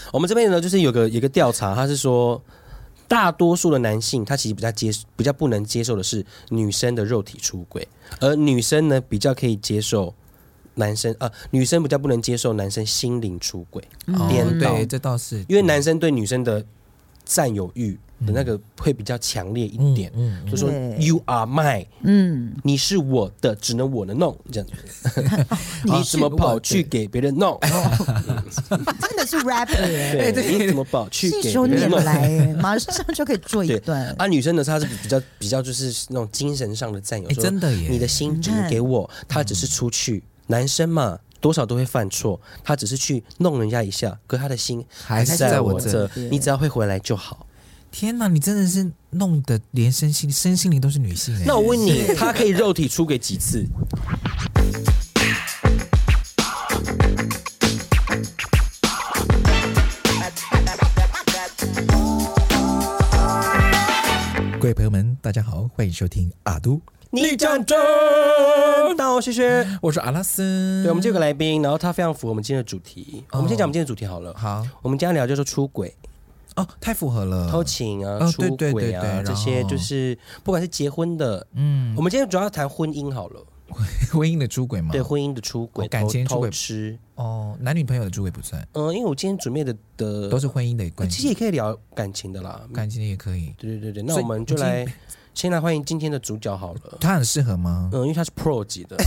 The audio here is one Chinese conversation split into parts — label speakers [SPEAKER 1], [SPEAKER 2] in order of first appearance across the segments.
[SPEAKER 1] 我们这边呢，就是有个调查，他是说，大多数的男性他其实比较不能接受的是女生的肉体出轨，而女生呢比较可以接受女生比较不能接受男生心灵出轨，颠倒。
[SPEAKER 2] 对，这倒是，
[SPEAKER 1] 因为男生对女生的占有欲的那个会比较强烈一点，就说 You are mine， 你是我的，只能我能弄，这样子。你怎么跑去给别人弄？
[SPEAKER 3] 真的是 rapper
[SPEAKER 1] 对，你怎么跑去给别人弄？
[SPEAKER 3] 来，马上就可以做一段。
[SPEAKER 1] 女生呢，她是比较就是那种精神上的占有，
[SPEAKER 2] 真的耶，
[SPEAKER 1] 你的心只能给我，她只是出去，男生嘛。多少都会犯错，他只是去弄人家一下，可他的心还是在我这，你只要会回来就好。
[SPEAKER 2] 天哪，你真的是弄得连身心灵都是女性哎。
[SPEAKER 1] 那我问你，他可以肉体出轨几次？
[SPEAKER 2] 各位朋友们，大家好，欢迎收听阿都
[SPEAKER 1] 逆战争。大家好，谢谢，
[SPEAKER 2] 我是阿拉斯。
[SPEAKER 1] 对，我们今天有个来宾，然后他非常符合我们今天的主题。我们先讲我们今天的主题好了。
[SPEAKER 2] 好，
[SPEAKER 1] 我们今天聊就是出轨。
[SPEAKER 2] 哦，太符合了，
[SPEAKER 1] 偷情啊，出轨啊，这些就是不管是结婚的，我们今天主要谈婚姻好了。
[SPEAKER 2] 婚姻的出轨吗？
[SPEAKER 1] 对，婚姻的出轨，
[SPEAKER 2] 感情出轨
[SPEAKER 1] 偷吃。
[SPEAKER 2] 哦，男女朋友的出轨不算。
[SPEAKER 1] 因为我今天准备的
[SPEAKER 2] 都是婚姻的关系，
[SPEAKER 1] 其实也可以聊感情的啦，
[SPEAKER 2] 感情的也可以。
[SPEAKER 1] 对，那我们就先来欢迎今天的主角好了。
[SPEAKER 2] 他很适合吗？
[SPEAKER 1] 因为他是 Pro 级的。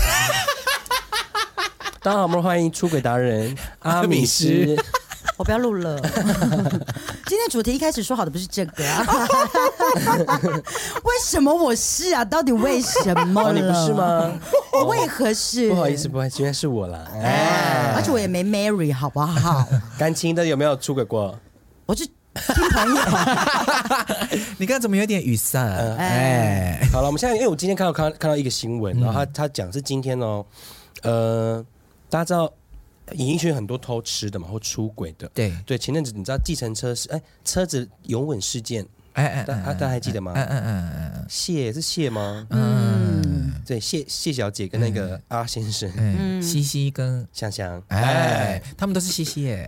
[SPEAKER 1] 大家好，我们欢迎出轨达人阿米斯。
[SPEAKER 3] 我不要录了。今天主题一开始说好的不是这个啊？为什么我是啊？到底为什么
[SPEAKER 1] 你不是吗？
[SPEAKER 3] 我为何是？
[SPEAKER 1] 不好意思，原来是我啦。
[SPEAKER 3] 而且我也没 marry， 好不好？
[SPEAKER 1] 感情的有没有出轨过？
[SPEAKER 3] 我是听朋友。
[SPEAKER 2] 你刚刚怎么有点语塞？
[SPEAKER 1] 好了，我们现在因为我今天看到一个新闻，然后他讲是今天哦，大家知道。演艺圈很多偷吃的嘛，或出轨的。对，前阵子你知道计程车是车子拥吻事件，大家还记得吗？谢是谢吗？对，谢小姐跟那个阿先生，
[SPEAKER 2] 西西跟
[SPEAKER 1] 香香，
[SPEAKER 2] 他们都是西西耶，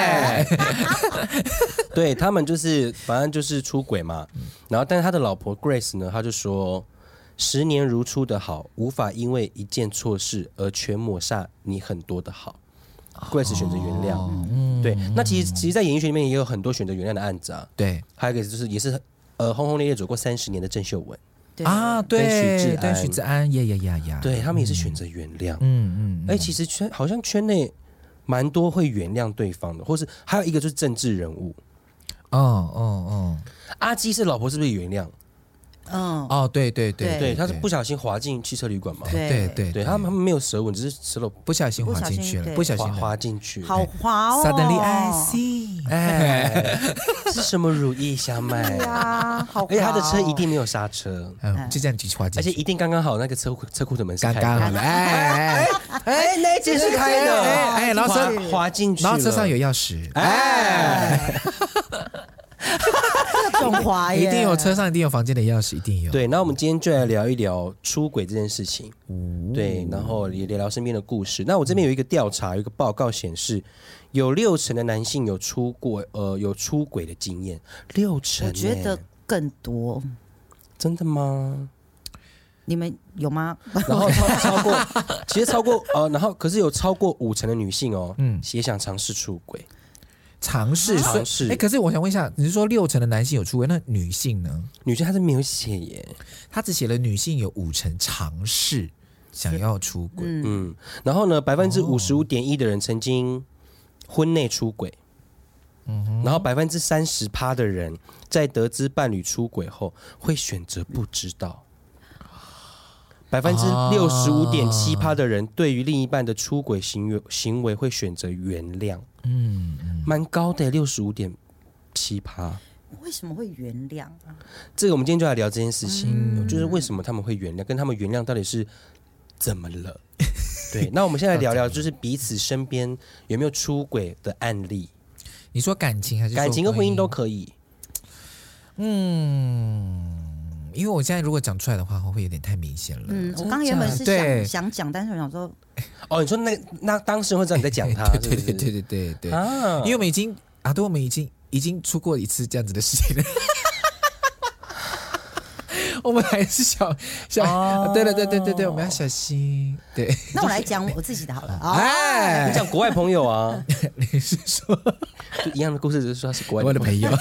[SPEAKER 1] 对他们就是反正就是出轨嘛，然后但是他的老婆 Grace 呢，他就说10年如初的好，无法因为一件错事而全抹杀你很多的好。Grace 选择原谅，对，那其实，在演艺圈里面也有很多选择原谅的案子啊。
[SPEAKER 2] 对，
[SPEAKER 1] 还有一个就是也是轰轰烈烈走过30年的郑秀文
[SPEAKER 2] 啊，对，跟许志安，呀，
[SPEAKER 1] 对他们也是选择原谅。其实好像圈内蛮多会原谅对方的，或是还有一个就是政治人物。阿基是老婆是不是原谅？对，他是不小心滑进汽车旅馆嘛？对，他们没有舌吻，只是舌头
[SPEAKER 2] 不小心滑进去了，不小心
[SPEAKER 1] 滑进去，
[SPEAKER 3] 好滑哦
[SPEAKER 2] ！Suddenly I see，
[SPEAKER 1] 是什么乳液想买
[SPEAKER 3] 呀？好，
[SPEAKER 1] 而且他的车一定没有刹车，
[SPEAKER 2] 就这样继续滑进去，
[SPEAKER 1] 而且一定刚刚好那个车库的门是开的，
[SPEAKER 2] 刚刚好了，
[SPEAKER 1] 那一件是开的，
[SPEAKER 2] 然后
[SPEAKER 1] 滑进去，
[SPEAKER 2] 然后车上有钥匙，
[SPEAKER 3] 这种滑耶，
[SPEAKER 2] 一定有车上一定有房间的钥匙，一定有。
[SPEAKER 1] 对，那我们今天就来聊一聊出轨这件事情。对，然后也聊聊身边的故事。那我这边有一个调查，有一个报告显示，有60%的男性有出轨的经验，60%。
[SPEAKER 3] 我觉得更多。
[SPEAKER 1] 真的吗？
[SPEAKER 3] 你们有吗？
[SPEAKER 1] 然后其实超过然后可是有超过50%的女性也想尝试出轨。
[SPEAKER 2] 尝试，可是我想问一下，你是说60%的男性有出轨，那女性呢？
[SPEAKER 1] 女性她是没有写耶，
[SPEAKER 2] 她只写了女性有50%尝试想要出轨，
[SPEAKER 1] 然后呢，55.1%的人曾经婚内出轨，然后30%的人在得知伴侣出轨后会选择不知道。65.7%的人对于另一半的出轨行为会选择原谅，蛮高的，65.7%。
[SPEAKER 3] 为什么会原谅啊？
[SPEAKER 1] 这个我们今天就来聊这件事情，就是为什么他们会原谅，跟他们原谅到底是怎么了？对，那我们现在聊聊，就是彼此身边有没有出轨的案例？
[SPEAKER 2] 你说感情还是
[SPEAKER 1] 感情跟婚姻都可以？
[SPEAKER 2] 因为我现在如果讲出来的话，会有点太明显了。
[SPEAKER 3] 我刚原本是想讲，但是我想说，
[SPEAKER 1] 你说那当事人会知道你在讲他，
[SPEAKER 2] 对，因为我们已经啊，对，我们已经出过一次这样子的事情了。我们还是小，对，我们要小心。对，
[SPEAKER 3] 那我来讲我自己的好了。
[SPEAKER 1] 你讲国外朋友啊？
[SPEAKER 2] 你是说
[SPEAKER 1] 就一样的故事，只是说他是国外
[SPEAKER 2] 的朋友。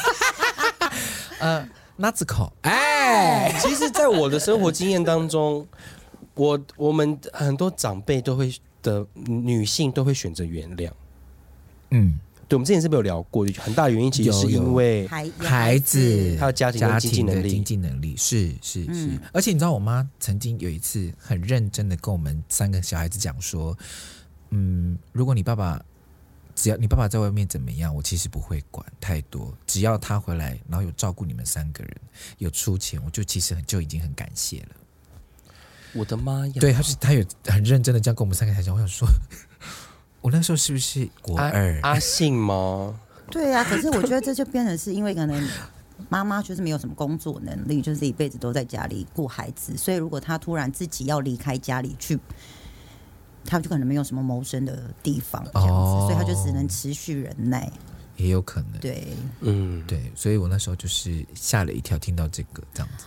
[SPEAKER 2] 那子口，
[SPEAKER 1] 其实，在我的生活经验当中，我们很多长辈的女性都会选择原谅。对，我们之前是不是有聊过？很大的原因其实是因为
[SPEAKER 2] 孩子
[SPEAKER 1] 他的家庭的经济能力
[SPEAKER 2] 是。而且你知道，我妈曾经有一次很认真的跟我们3个小孩子讲说，如果只要你爸爸在外面怎么样，我其实不会管太多，只要他回来，然后有照顾你们3个人，有出钱，我就其实就已经很感谢了。
[SPEAKER 1] 我的妈呀！
[SPEAKER 2] 对，他有很认真的这样跟我们3个孩子讲，我想说。我那时候是不是国2？
[SPEAKER 1] 阿信吗？
[SPEAKER 3] 对啊，可是我觉得这就变成是因为可能妈妈就是没有什么工作能力，就是一辈子都在家里顾孩子，所以如果她突然自己要离开家里去，她就可能没有什么谋生的地方，这样子，所以她就只能持续忍耐。
[SPEAKER 2] 也有可能，
[SPEAKER 3] 对，
[SPEAKER 2] 对，所以我那时候就是吓了一跳，听到这个这样子。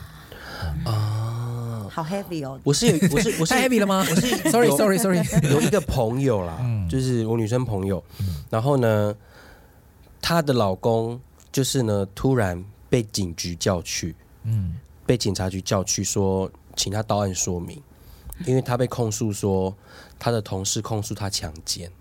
[SPEAKER 3] 好 heavy 哦！
[SPEAKER 1] 我是
[SPEAKER 2] 太 heavy 了吗？
[SPEAKER 1] 我是
[SPEAKER 2] sorry，
[SPEAKER 1] 有一个朋友啦，就是我女生朋友，然后呢，她的老公就是呢，突然被警局叫去，被警察局叫去说，请他到案说明，因为他被控诉说他的同事控诉他强奸，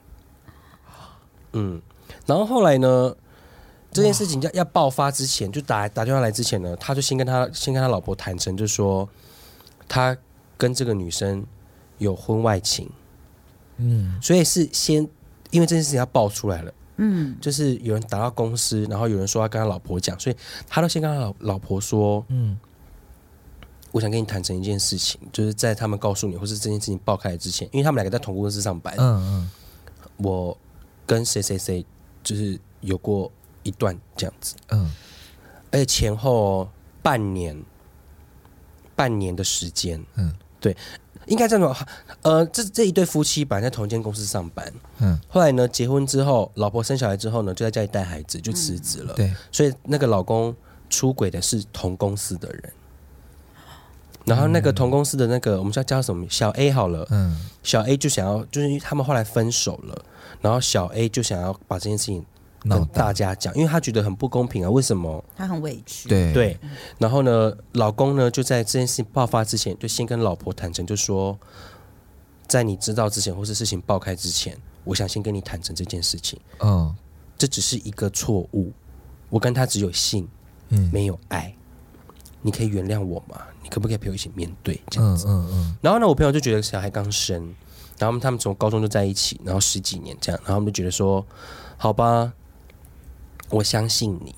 [SPEAKER 1] 然后后来呢？这件事情要爆发之前，就打电话来之前呢，他就先跟他老婆坦诚，就说他跟这个女生有婚外情，所以是先因为这件事情要爆出来了，就是有人打到公司，然后有人说要跟他老婆讲，所以他都先跟他老婆说，我想跟你坦诚一件事情，就是在他们告诉你或是这件事情爆开来之前，因为他们2个在同公司上班，我跟谁就是有过一段这样子，而且前后半年的时间，对，应该这样说，这一对夫妻本来在同一间公司上班，后来呢结婚之后，老婆生小孩之后呢，就在家里带孩子，就辞职了，
[SPEAKER 2] 对，
[SPEAKER 1] 所以那个老公出轨的是同公司的人，然后那个同公司的那个我们叫什么小 A 好了，小 A 就想要，就是他们后来分手了，然后小 A 就想要把这件事情跟大家讲，因为他觉得很不公平啊，为什么？
[SPEAKER 3] 他很委屈。
[SPEAKER 2] 对，
[SPEAKER 1] 然后呢，老公呢就在这件事情爆发之前，就先跟老婆坦诚，就说，在你知道之前或是事情爆开之前，我想先跟你坦诚这件事情。这只是一个错误，我跟他只有性，没有爱，你可以原谅我吗？你可不可以陪我一起面对？这样子。然后呢，我朋友就觉得小孩刚生，然后他们从高中就在一起，然后10几年这样，然后他们就觉得说，好吧。我相信你，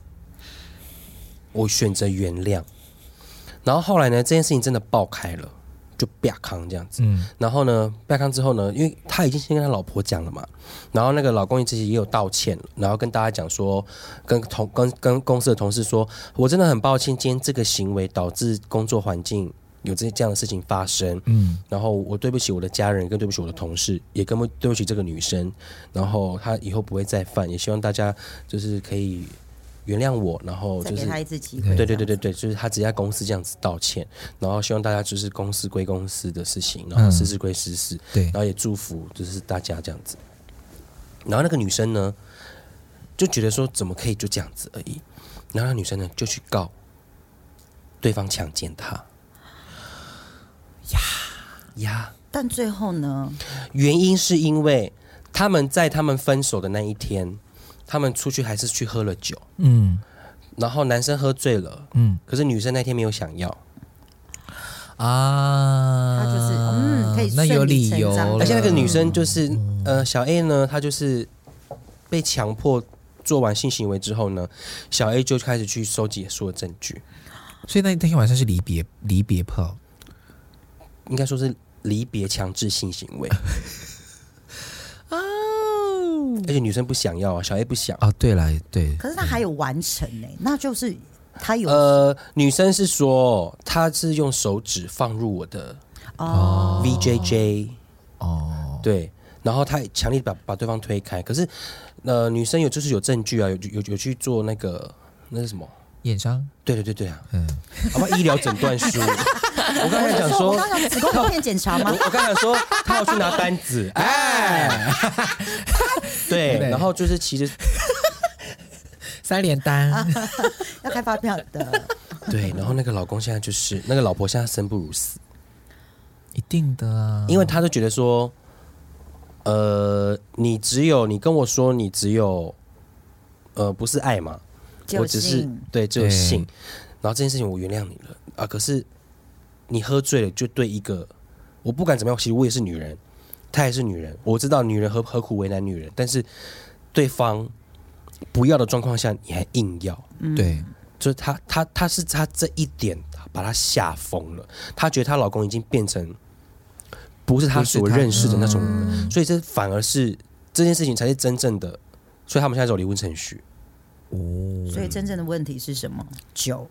[SPEAKER 1] 我选择原谅。然后后来呢，这件事情真的爆开了，就啪康这样子。然后呢，啪康之后呢，因为他已经先跟他老婆讲了嘛，然后那个老公自己也有道歉了，然后跟大家讲说，跟公司的同事说，我真的很抱歉，今天这个行为导致工作环境有这样的事情发生，然后我对不起我的家人，跟对不起我的同事，也跟对不起这个女生，然后她以后不会再犯，也希望大家就是可以原谅我，然后就是
[SPEAKER 3] 再给她一次机会，
[SPEAKER 1] 对，就是她直接在公司这样子道歉，然后希望大家就是公司归公司的事情，然后私事归私事，
[SPEAKER 2] 对，
[SPEAKER 1] 然后也祝福就是大家这样子，然后那个女生呢就觉得说怎么可以就这样子而已，然后那女生呢就去告对方强奸她。呀，
[SPEAKER 3] 但最后呢？
[SPEAKER 1] 原因是因为他们在他们分手的那一天，他们出去还是去喝了酒，然后男生喝醉了，可是女生那天没有想要，
[SPEAKER 3] 他就是可以
[SPEAKER 2] 那有理由，
[SPEAKER 1] 而且那个女生就是小 A 呢，她就是被强迫做完性行为之后呢，小 A 就开始去收集所有证据，
[SPEAKER 2] 所以那天晚上是离别炮。
[SPEAKER 1] 应该说是离别强制性行为，而且女生不想要啊，小 A 不想
[SPEAKER 2] 啊。对了，对。
[SPEAKER 3] 可是他还有完成呢，那就是他有
[SPEAKER 1] 女生是说她是用手指放入我的VJJ 对， 然后他强力把对方推开，可是女生有证据啊，有去做那是什么
[SPEAKER 2] 验伤？
[SPEAKER 1] 对啊，好吧，医疗诊断书。我刚才讲说，
[SPEAKER 3] 我刚讲子宫镜片检查吗？
[SPEAKER 1] 我刚才说他要去拿单子，对，然后就是其实
[SPEAKER 2] 3连单
[SPEAKER 3] 要开发票的。
[SPEAKER 1] 对，然后那个老公现在就是那个老婆现在生不如死，
[SPEAKER 2] 一定的啊，
[SPEAKER 1] 因为他就觉得说，你跟我说你只有不是爱嘛，我只是只有性，然后这件事情我原谅你了啊，可是你喝醉了就对一个，我不管怎么样，其实我也是女人，她也是女人，我知道女人何苦为难女人，但是对方不要的状况下你还硬要，
[SPEAKER 2] 对，
[SPEAKER 1] 就是她是她这一点把她吓疯了，她觉得她老公已经变成不是她所认识的那种人，所以这反而是这件事情才是真正的，所以他们现在走离婚程序。
[SPEAKER 3] 所以真正的问题是什么？酒。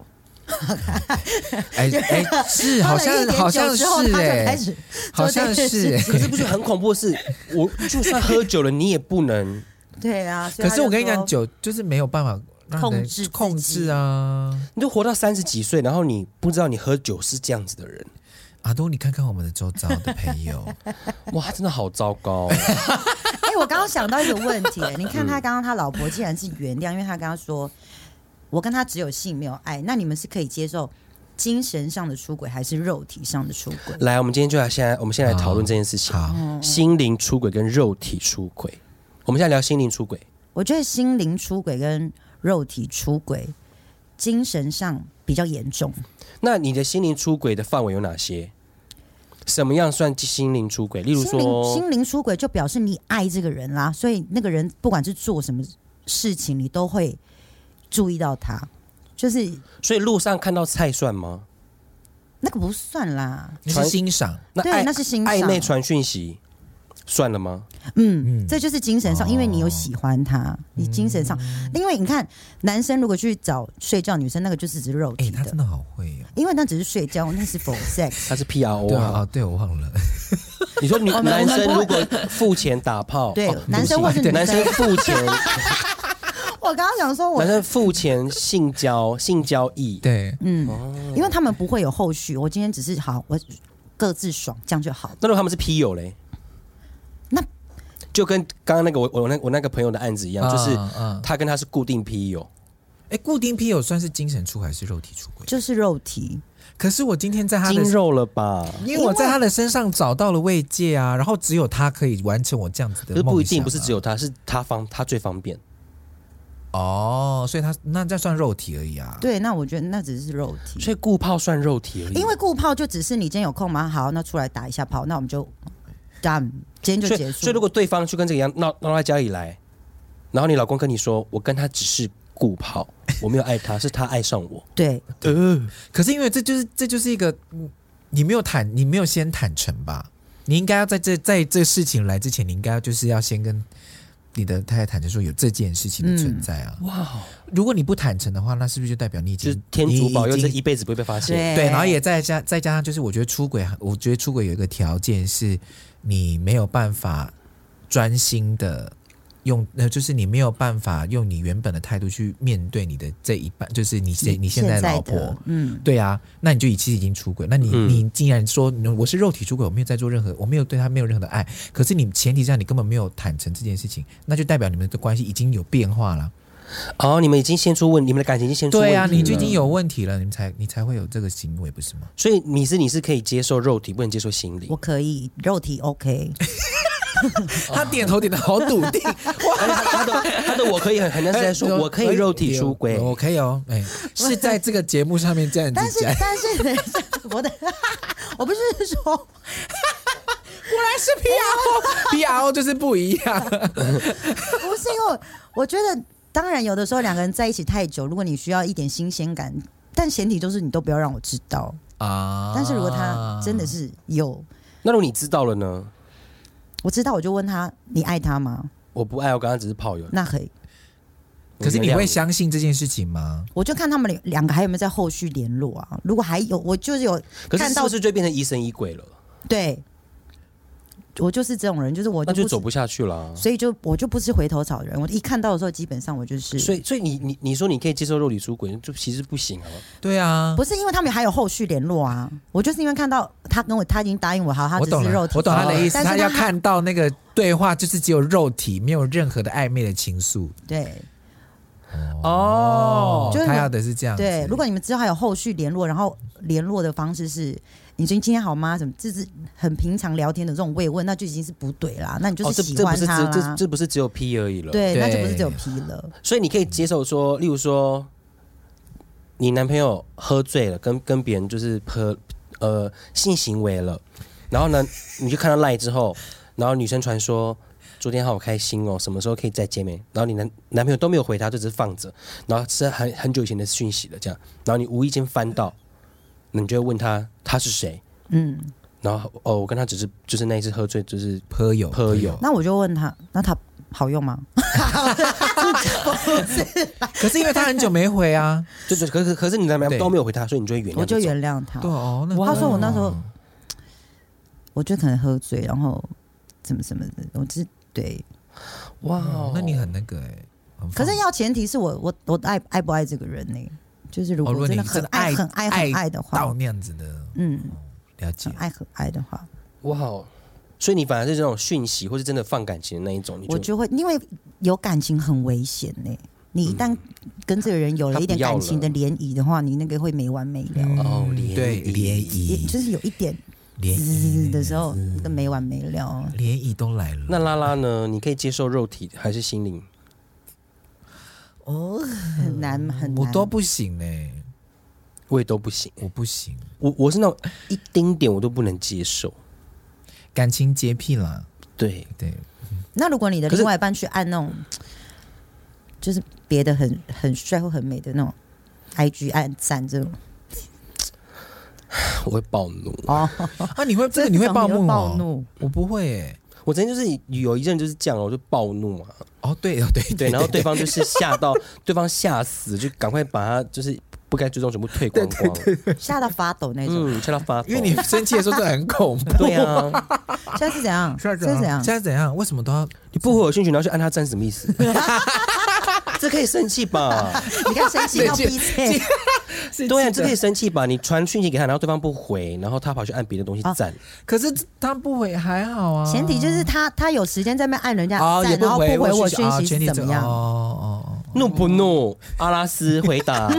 [SPEAKER 2] 是好像是好像是，
[SPEAKER 1] 可是不是很恐怖的是，我就算喝酒了，你也不能。
[SPEAKER 3] 对啊，
[SPEAKER 2] 可是我跟你讲，酒就是没有办法控制啊。
[SPEAKER 1] 你就活到30几岁，然后你不知道你喝酒是这样子的人。
[SPEAKER 2] 阿东，你看看我们的周遭的朋友，
[SPEAKER 1] 哇，真的好糟糕。
[SPEAKER 3] 我刚刚想到一个问题，你看他刚刚他老婆既然是原谅，因为他跟他说我跟他只有性没有爱，那你们是可以接受精神上的出轨还是肉体上的出轨？来，
[SPEAKER 1] 我们今天就我们先来讨论这件事情。心灵出轨跟肉体出轨，我们现在聊心灵出轨。
[SPEAKER 3] 我觉得心灵出轨跟肉体出轨精神上比较严重。
[SPEAKER 1] 那你的心灵出轨的范围有哪些？什么样算心灵出轨？例如说，
[SPEAKER 3] 心灵出轨就表示你爱这个人啦，所以那个人不管是做什么事情，你都会注意到他。就是，
[SPEAKER 1] 所以路上看到菜算吗？
[SPEAKER 3] 那个不算啦，
[SPEAKER 2] 那是欣赏。
[SPEAKER 3] 对，那是欣赏。
[SPEAKER 1] 暧昧传讯息算了吗？
[SPEAKER 3] 这就是精神上，因为你有喜欢他，你精神上，因为你看男生如果去找睡觉女生，那个就是只是肉体的，
[SPEAKER 2] 他真的好会哦，
[SPEAKER 3] 因为那只是睡觉，那是 for sex，
[SPEAKER 1] 他是 PRO
[SPEAKER 2] 啊，对我忘了。
[SPEAKER 1] 你说男生如果付钱打炮，
[SPEAKER 3] 对，男生或是女生，
[SPEAKER 1] 男生付钱。
[SPEAKER 3] 我刚刚讲说，
[SPEAKER 1] 男生付钱性交易，
[SPEAKER 2] 对，
[SPEAKER 3] 因为他们不会有后续，我今天只是好，我各自爽，这样就好。
[SPEAKER 1] 那如果他们是 P 友嘞？
[SPEAKER 3] 那
[SPEAKER 1] 就跟刚刚那个我那个朋友的案子一样，就是他跟他是固定 P 友。
[SPEAKER 2] 固定 P 友算是精神出轨还是肉体出轨？
[SPEAKER 3] 就是肉体。
[SPEAKER 2] 可是我今天在他的
[SPEAKER 1] 精肉了吧？
[SPEAKER 2] 因为我在他的身上找到了慰藉啊，然后只有他可以完成我这样子的梦想。
[SPEAKER 1] 可是不一定，不是只有他，是他最方便。
[SPEAKER 2] 所以他那这算肉体而已啊。
[SPEAKER 3] 对，那我觉得那只是肉体。
[SPEAKER 1] 所以顾炮算肉体而已。
[SPEAKER 3] 因为顾炮就只是你今天有空吗？好，那出来打一下炮，那我们就done，今天就结束。
[SPEAKER 1] 所以如果对方去跟这个一样闹到家里来，然后你老公跟你说，我跟他只是顾炮，我没有爱他，是他爱上我。
[SPEAKER 3] 对，
[SPEAKER 2] 可是因为这就是一个你没有先坦诚吧？你应该要在这事情来之前，你应该就是要先跟你的太太坦诚说有这件事情的存在啊！哇，如果你不坦诚的话，那是不是就代表你已经
[SPEAKER 1] 就是天主保佑这一辈子不会被发现？
[SPEAKER 2] 对，然后也再加上就是我觉得出轨有一个条件是你没有办法专心的就是你没有办法用你原本的态度去面对你的这一半，就是你现在的老婆，对啊，那你就其实已经出轨。那你既然说我是肉体出轨，我没有在做我没有对他没有任何的爱，可是你前提下你根本没有坦诚这件事情，那就代表你们的关系已经有变化了。
[SPEAKER 1] 你们已经先出问，你们的感情已经先出问题了。
[SPEAKER 2] 对啊，你就已经有问题了，你才会有这个行为，不是吗？
[SPEAKER 1] 所以你是可以接受肉体，不能接受心理。
[SPEAKER 3] 我可以，肉体 OK。
[SPEAKER 2] 他点头点得好笃定，
[SPEAKER 1] 他的我可以很认真在说，我可以肉体出轨，
[SPEAKER 2] 我可以哦，是在这个节目上面这样子讲。
[SPEAKER 3] 但是我不是说，果
[SPEAKER 2] 然是 PRO 就是不一样，
[SPEAKER 3] 不是因为我觉得，当然有的时候两个人在一起太久，如果你需要一点新鲜感，但前提就是你都不要让我知道啊。但是如果他真的是有，
[SPEAKER 1] 那如果你知道了呢？
[SPEAKER 3] 我知道，我就问他：“你爱他吗？”
[SPEAKER 1] 我不爱，我刚刚只是炮友。
[SPEAKER 3] 那可以。
[SPEAKER 2] 可是你会相信这件事情吗？
[SPEAKER 3] 我就看他们两个还有没有在后续联络啊？如果还有，我就是有看到，
[SPEAKER 1] 可是就变成疑神疑鬼了。
[SPEAKER 3] 对， 我就是这种人，就是我
[SPEAKER 1] 那就走不下去了。
[SPEAKER 3] 所以我就不是回头草的人，我一看到的时候，基本上我就是。
[SPEAKER 1] 所以你说你可以接受肉体出轨，就其实不行啊。
[SPEAKER 2] 对啊，
[SPEAKER 3] 不是因为他们还有后续联络啊，我就是因为看到他已经答应我，好，他只是肉体，
[SPEAKER 2] 我懂他的意思，他要看到那个对话就是只有肉体，没有任何的暧昧的情愫。
[SPEAKER 3] 对。
[SPEAKER 2] 就是他要的是这样子。
[SPEAKER 3] 对，如果你们之后还有后续联络，然后联络的方式是你今天好吗？什么，这是很平常聊天的这种慰问，那就已经是不对啦。那你就是喜欢他啦。
[SPEAKER 1] 这不是只有 P 而已了。
[SPEAKER 3] 对，那就不是只有 P 了。
[SPEAKER 1] 所以你可以接受说，例如说，你男朋友喝醉了，跟别人就是性行为了，然后呢，你就看到赖之后，然后女生传说。昨天好开心哦，什么时候可以再见面？然后你男朋友都没有回他，就只是放着，然后是很久以前的讯息了，这样，然后你无意间翻到，你就会问他是谁？然后我跟他只是就是那一次喝醉，就是
[SPEAKER 2] 喝友。
[SPEAKER 3] 那我就问他，那他好用吗？
[SPEAKER 2] 可是因为他很久没回啊，
[SPEAKER 1] 可是你男朋友都没有回他，所以你就会原谅。
[SPEAKER 3] 我就原谅他。
[SPEAKER 2] 对哦，
[SPEAKER 3] 他说我那时候，我就可能喝醉，然后怎么的，我就是。对，
[SPEAKER 2] 哇，那你很那个
[SPEAKER 3] 可是要前提是我爱不爱这个人呢？就是如果真的很爱的话，
[SPEAKER 2] 到那样子的，了解，
[SPEAKER 3] 很爱的话，
[SPEAKER 1] 哇，所以你反而是这种讯息或是真的放感情的那一种，
[SPEAKER 3] 我就会因为有感情很危险呢。你一旦跟这个人有了一点感情的涟漪的话，你那个会没完没了。
[SPEAKER 2] 对，涟漪
[SPEAKER 3] 就是有一点。
[SPEAKER 2] 涟漪
[SPEAKER 3] 的时候都没完没了，
[SPEAKER 2] 涟漪都来了。
[SPEAKER 1] 那拉拉呢？你可以接受肉体还是心灵？
[SPEAKER 3] 很难，
[SPEAKER 2] 我都不行
[SPEAKER 1] 我也都不行，
[SPEAKER 2] 我不行，
[SPEAKER 1] 我是那种一丁点我都不能接受，
[SPEAKER 2] 感情洁癖啦。
[SPEAKER 1] 对。
[SPEAKER 3] 那如果你的另外一半去按那种，就是别的很帅或很美的那种 IG 按赞这种。
[SPEAKER 1] 我会暴怒
[SPEAKER 2] 你会这个你会暴怒我不会
[SPEAKER 1] 我之前就是有一阵就是这样，我就暴怒
[SPEAKER 2] 对，
[SPEAKER 1] 然后对方就是吓到，对方吓死，就赶快把他就是不该追踪全部退光光，
[SPEAKER 3] 吓到发抖那种，
[SPEAKER 1] 吓到发抖，
[SPEAKER 2] 因为你生气的时候真的很恐怖。
[SPEAKER 1] 对啊，
[SPEAKER 3] 现在是怎样？
[SPEAKER 2] 现在怎样？为什么都要
[SPEAKER 1] 你不回我讯息，然后去按他赞是什么意思？这可以生气吧？
[SPEAKER 3] 你看生气到逼切。
[SPEAKER 1] 对啊，这可以生气吧？你传讯息给他，然后对方不回，然后他跑去按别的东西赞。
[SPEAKER 2] 可是他不回还好啊，
[SPEAKER 3] 前提就是他有时间在那边按人家赞，然后不回我讯息是怎么样？
[SPEAKER 1] 怒不怒？阿拉斯回答。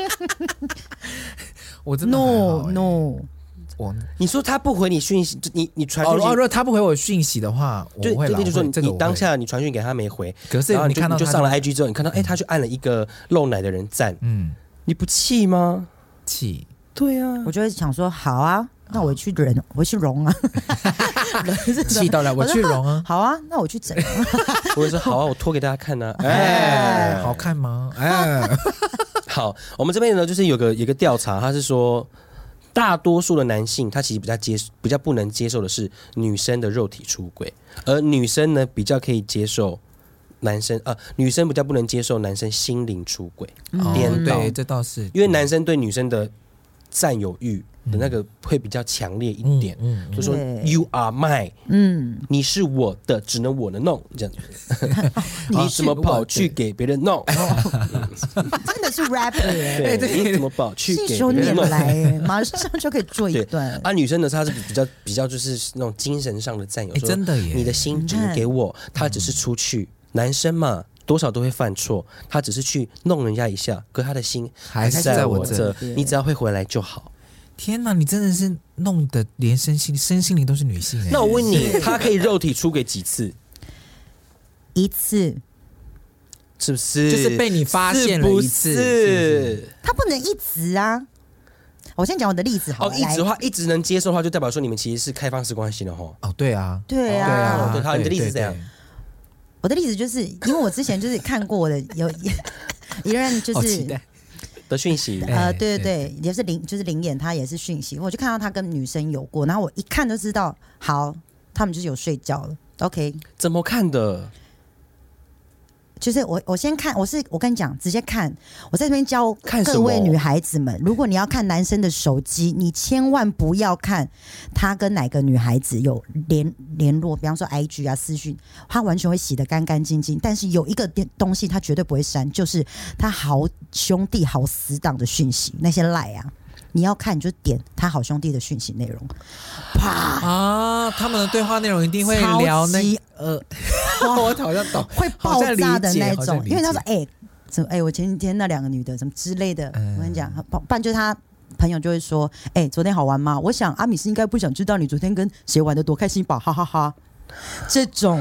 [SPEAKER 2] 我真的
[SPEAKER 3] no。
[SPEAKER 1] 你说他不回你讯息，你传讯息，
[SPEAKER 2] 如果他不回我讯息的话，我会
[SPEAKER 1] 就是说你当下你传讯给他没回，
[SPEAKER 2] 可是
[SPEAKER 1] 然后你
[SPEAKER 2] 看到
[SPEAKER 1] 就上了 IG 之后，你看到他去按了一个露奶的人赞，你不气吗？
[SPEAKER 2] 气，
[SPEAKER 1] 对啊，
[SPEAKER 3] 我就会想说好啊，那我去容啊，
[SPEAKER 2] 气到了我去容啊，
[SPEAKER 3] 好啊，那我去整。
[SPEAKER 1] 我会说好啊，我脱给大家看啊，
[SPEAKER 2] 好看吗？
[SPEAKER 1] 好，我们这边呢就是有个调查，他是说。大多数的男性，他其实比较不能接受的是女生的肉体出轨，而女生呢比较可以接受男生女生比较不能接受男生心灵出轨，颠倒。
[SPEAKER 2] 对，这倒是，
[SPEAKER 1] 因为男生对女生的占有欲的那个会比较强烈一点，就说 You are mine， 你是我的，只能我能弄，这样子。你怎么跑去给别人弄？
[SPEAKER 3] 真的是 rapper，
[SPEAKER 1] 你怎么跑去给别人弄？
[SPEAKER 3] 来，马上就可以做一段。
[SPEAKER 1] 女生呢，她是比较就是那种精神上的占有，
[SPEAKER 2] 真的耶，
[SPEAKER 1] 你的心只能给我，他只是出去，男生嘛。多少都会犯错，他只是去弄人家一下，可他的心还是在我这，你只要会回来就好。
[SPEAKER 2] 天哪，你真的是弄得连身心灵都是女性。
[SPEAKER 1] 那我问你，他可以肉体出轨几次？
[SPEAKER 3] 一次，
[SPEAKER 1] 是不是？
[SPEAKER 2] 就是被你发现了一次，是
[SPEAKER 3] 他不能一直啊。我先讲我的例子好了。
[SPEAKER 1] 一直的话，一直能接受的话，就代表说你们其实是开放式关系的吼。
[SPEAKER 2] 对啊，
[SPEAKER 3] 对啊，
[SPEAKER 1] 对，好，你的例子是这样。
[SPEAKER 3] 我的例子就是，因为我之前就是看过我的有一任就是
[SPEAKER 1] 的讯息，
[SPEAKER 3] 对，也是就是灵眼，他也是讯息，我就看到他跟女生有过，然后我一看就知道，好，他们就是有睡觉了。OK，
[SPEAKER 1] 怎么看的？
[SPEAKER 3] 就是我先看，我跟你讲，直接看。我在这边教各位女孩子们，如果你要看男生的手机，你千万不要看他跟哪个女孩子有联络，比方说 IG 啊私讯，他完全会洗得干干净净。但是有一个东西他绝对不会删，就是他好兄弟好死党的讯息，那些赖啊。你要看你就点他好兄弟的讯息内容，啪
[SPEAKER 2] 啊！他们的对话内容一定会聊我好像懂，
[SPEAKER 3] 会爆炸的那种。因为他说我前几天那2个女的什么之类的，我跟你讲，不然就是他朋友就会说，昨天好玩吗？我想阿米斯应该不想知道你昨天跟谁玩的多开心吧，哈哈哈。这种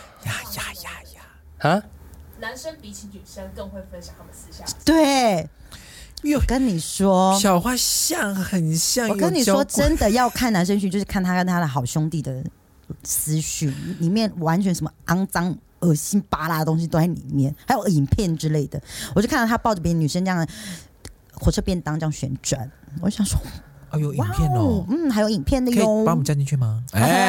[SPEAKER 4] 啊，男生比起女生更会分享他们私下。
[SPEAKER 3] 对。我跟你说，
[SPEAKER 2] 小花很像。
[SPEAKER 3] 我跟你说，真的要看男生讯，就是看他跟他的好兄弟的私讯，里面完全什么肮脏、恶心、巴拉的东西都在里面，还有影片之类的。我就看到他抱着别的女生这样火车便当这样旋转，我就想说，
[SPEAKER 2] 有影片哦，
[SPEAKER 3] 还有影片的哟，
[SPEAKER 2] 可以把我们加进去吗？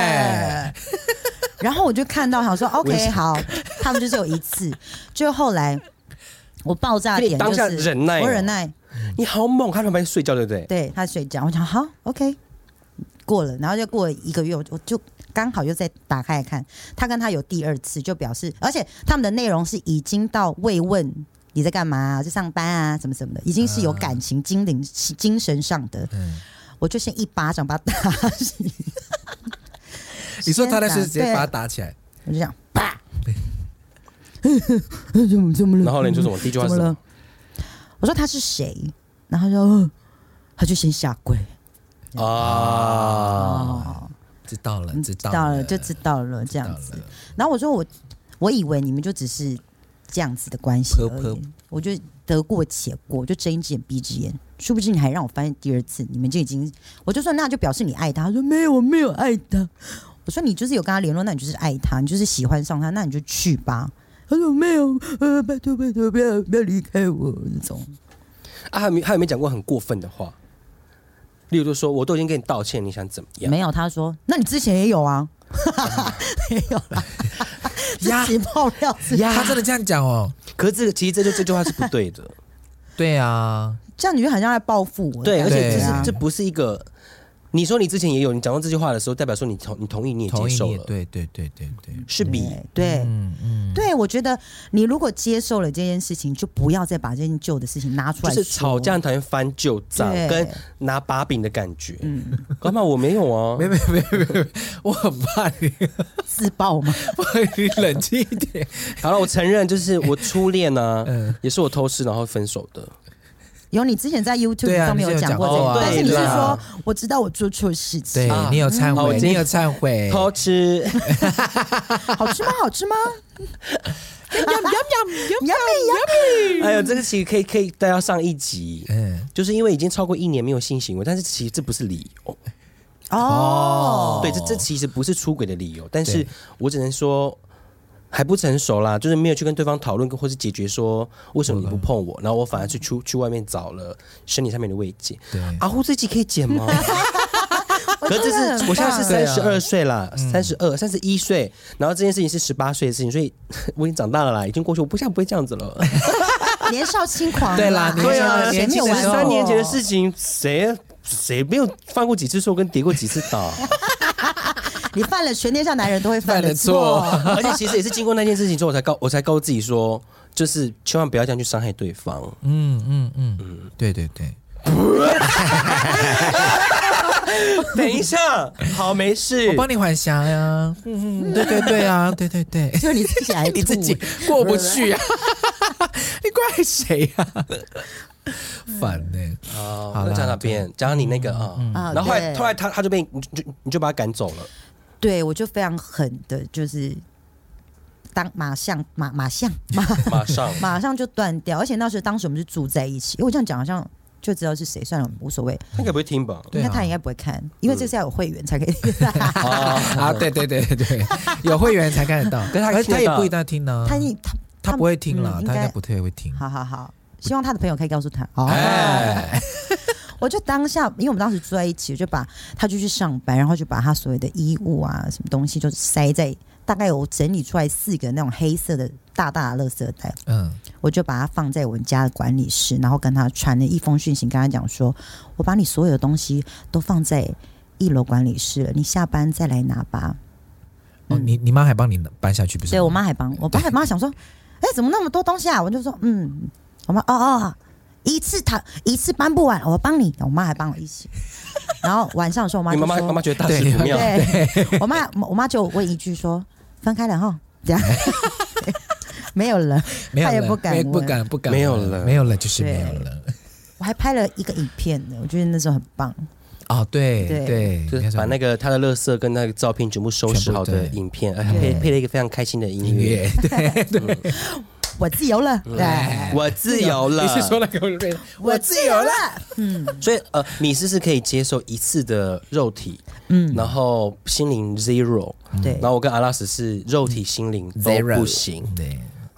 [SPEAKER 3] 然后我就看到，想说 OK 好，他们就只有一次，就后来我爆炸点就是
[SPEAKER 1] 当下忍耐，
[SPEAKER 3] 我忍耐。
[SPEAKER 1] 你好猛，他旁边睡觉对不对？
[SPEAKER 3] 对，他睡觉。我想好 OK， 过了，然后就过了1个月，我就刚好又再打开来看，他跟他有第2次，就表示，而且他们的内容是已经到慰问你在干嘛啊，在上班啊，什么什么的，已经是有感情、精神上的。我就先一巴掌把他打醒。
[SPEAKER 2] 你说他在是直接把他打起来，
[SPEAKER 3] 我就这样啪。
[SPEAKER 1] 怎么了？然后你就什么？第一句话是什么？
[SPEAKER 3] 我说他是谁？然后他就先下跪
[SPEAKER 2] 知道了，
[SPEAKER 3] 就知道了这样子。然后我说我以为你们就只是这样子的关系而已，我就得过且过，就睁一只眼闭一只眼。殊不知你还让我发现第2次，你们就已经，我就说那就表示你爱他。他说没有，我没有爱他。我说你就是有跟他联络，那你就是爱他，你就是喜欢上他，那你就去吧。他说没有，拜托拜托，不要离开我那种。
[SPEAKER 1] 他有没有讲过很过分的话？例如就说我都已经跟你道歉，你想怎么样？
[SPEAKER 3] 没有，他说那你之前也有啊，没有啦，自己爆料
[SPEAKER 2] 他真的这样讲哦。
[SPEAKER 1] 可是其实这句话是不对的。
[SPEAKER 2] 对啊，
[SPEAKER 3] 这样你就好像在报复我。
[SPEAKER 1] 对，而且这不是一个。你说你之前也有，你讲到这句话的时候，代表说你同意，你也接受了。
[SPEAKER 2] 对，
[SPEAKER 1] 是比
[SPEAKER 3] 对，我觉得你如果接受了这件事情，就不要再把这件旧的事情拿出来说。
[SPEAKER 1] 就是吵架很讨厌翻旧账，跟拿把柄的感觉。干嘛？我没有啊，
[SPEAKER 2] 没，我很怕你
[SPEAKER 3] 自爆吗？
[SPEAKER 2] 你冷静一点。
[SPEAKER 1] 好了，我承认，就是我初恋啊，也是我偷吃然后分手的。
[SPEAKER 3] 有，你之前在 YouTube 上面有讲过这个，但是你是说我知道我做错事情，
[SPEAKER 2] 对你有忏悔，你有忏悔，
[SPEAKER 1] 偷吃，
[SPEAKER 3] 好吃吗？好吃吗？
[SPEAKER 1] 哎呦，这个其实可以大家上一集，就是因为已经超过1年没有性行为，但是其实这不是理由哦。对，这其实不是出轨的理由，但是我只能说。还不成熟啦，就是没有去跟对方讨论或是解决说为什么你不碰我，然后我反而去外面找了身体上面的慰藉。阿呼这集可以剪吗？可是这是我现在是32岁啦，31岁，然后这件事情是18岁的事情，所以我已经长大了啦，已经过去，我现在不会这样子了。
[SPEAKER 3] 年少轻狂，
[SPEAKER 2] 对啦，
[SPEAKER 1] 对啊，
[SPEAKER 3] 年轻
[SPEAKER 1] 3年前的事情，谁没有犯过几次错跟跌过几次倒？
[SPEAKER 3] 你犯了全天下男人都会犯的错，
[SPEAKER 1] 而且其实也是经过那件事情之后，我才告诉自己说，就是千万不要这样去伤害对方。
[SPEAKER 2] 对。
[SPEAKER 1] 等一下，好，没事，
[SPEAKER 2] 我帮你缓颊呀。对啊，对，
[SPEAKER 3] 就你自己还
[SPEAKER 2] 你自己过不去啊，你怪谁啊？烦呢。
[SPEAKER 1] 好，那讲哪边？讲你那个然后后来他就被你就把他赶走了。
[SPEAKER 3] 对，我就非常狠的，就是马上就断掉，而且当时我们是住在一起，因为我这样讲好像就知道是谁，算了，无所谓。
[SPEAKER 1] 他应该不会听吧？
[SPEAKER 3] 应该他应该不会看，因为这是要有会员才可以听。
[SPEAKER 2] 对，有会员才看得到，可是他也不一定听呢。他不会听了，他应该不太会听。
[SPEAKER 3] 好，希望他的朋友可以告诉他。我就当下，因为我们当时住在一起，我就把他就去上班，然后就把他所有的衣物啊、什么东西就塞在大概有整理出来4个那种黑色的大大的垃圾袋，我就把它放在我们家的管理室，然后跟他传了一封讯息，跟他讲说，我把你所有的东西都放在1楼管理室了，你下班再来拿吧。
[SPEAKER 2] 你妈还帮你搬下去不是？
[SPEAKER 3] 对，我妈还帮我想说，怎么那么多东西啊？我就说，我妈一次搬不完，我帮你。我妈还帮我一起。然后晚上的时候，我妈就说，
[SPEAKER 1] 妈妈觉得大事不妙。
[SPEAKER 3] 对，我妈就问一句说，分开了哈，这样没有了，她也不敢问，
[SPEAKER 2] 不敢，
[SPEAKER 1] 没有
[SPEAKER 2] 了就是没有了。
[SPEAKER 3] 我还拍了一个影片呢，我觉得那时候很棒。
[SPEAKER 2] 对，
[SPEAKER 1] 就是把那个他的垃圾跟那个照片全部收拾好的影片，配了一个非常开心的音乐。
[SPEAKER 2] 对，
[SPEAKER 3] 我自由了，
[SPEAKER 1] 我自由了。
[SPEAKER 2] 你是说那个
[SPEAKER 3] 我自由了？
[SPEAKER 1] 所以米斯是可以接受1次的肉体，然后心灵 0，
[SPEAKER 3] 对，
[SPEAKER 1] 然后我跟阿拉斯是肉体心灵都不行，
[SPEAKER 2] 对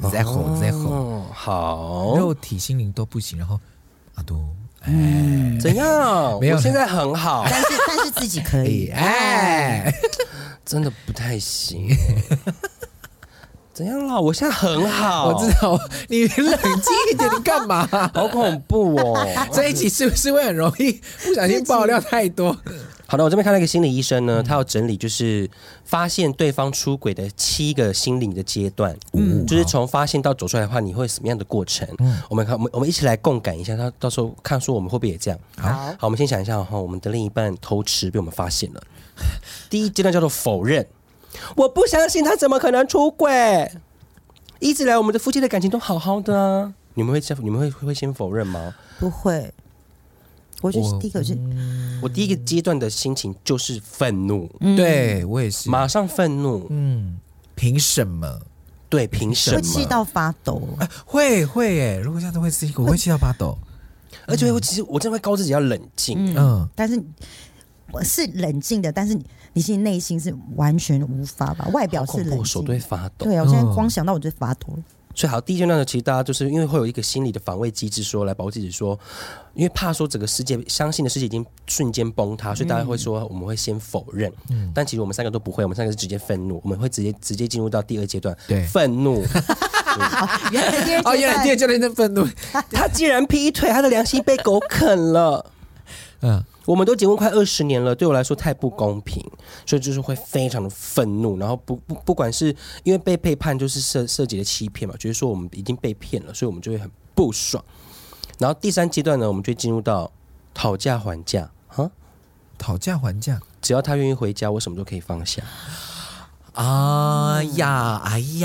[SPEAKER 2] ，zero，
[SPEAKER 1] 好，
[SPEAKER 2] 肉体心灵都不行，然后阿都。
[SPEAKER 1] 怎样？我现在很好，
[SPEAKER 3] 但是自己可以，
[SPEAKER 1] 真的不太行。怎样啦？我现在很好，
[SPEAKER 2] 我知道。你冷静一点，你干嘛？
[SPEAKER 1] 好恐怖哦！
[SPEAKER 2] 这一集是不是会很容易不小心爆料太多？
[SPEAKER 1] 好的，我这边看到一个心理医生呢，他要整理就是发现对方出轨的7个心理的阶段，就是从发现到走出来的话，你会什么样的过程？我们一起来共感一下，他到时候看说我们会不会也这样？好，我们先想一下哈，我们的另一半偷吃被我们发现了，第一阶段叫做否认，我不相信他怎么可能出轨，一直来我们的夫妻的感情都好好的啊，你们会先否认吗？
[SPEAKER 3] 不会。我就是第一个
[SPEAKER 1] 我第一个阶段的心情就是愤怒，
[SPEAKER 2] 对我也是，
[SPEAKER 1] 马上愤怒，
[SPEAKER 2] 凭什么？
[SPEAKER 1] 对，凭什么？
[SPEAKER 3] 会气到发抖，
[SPEAKER 2] 会耶！如果这样都会气，我会气到发抖，
[SPEAKER 1] 而且其实我真的会告诉自己要冷静，
[SPEAKER 3] 但是我是冷静的，但是你其实内心是完全无法吧？外表是冷静，
[SPEAKER 1] 我手都会发抖，
[SPEAKER 3] 对啊，我现在光想到我就发抖了。
[SPEAKER 1] 所以好，第一阶段呢，其实大家就是因为会有一个心理的防卫机制，说来保护自己说，因为怕说整个世界相信的世界已经瞬间崩塌，所以大家会说我们会先否认，但其实我们3个都不会，我们3个是直接愤怒，我们会直接进入到第2阶段，对，愤怒。
[SPEAKER 3] 原来
[SPEAKER 2] 第二阶段是愤怒，
[SPEAKER 1] 他既然劈腿，他的良心被狗啃了。我们都结婚快20年了，对我来说太不公平，所以就是会非常的愤怒，然后不管是因为被背叛，就是涉及的欺骗嘛，觉得说我们已经被骗了，所以我们就会很不爽。然后第3阶段呢，我们就进入到讨价还价，
[SPEAKER 2] 讨价还价，
[SPEAKER 1] 只要他愿意回家，我什么都可以放下。
[SPEAKER 2] 哎呀，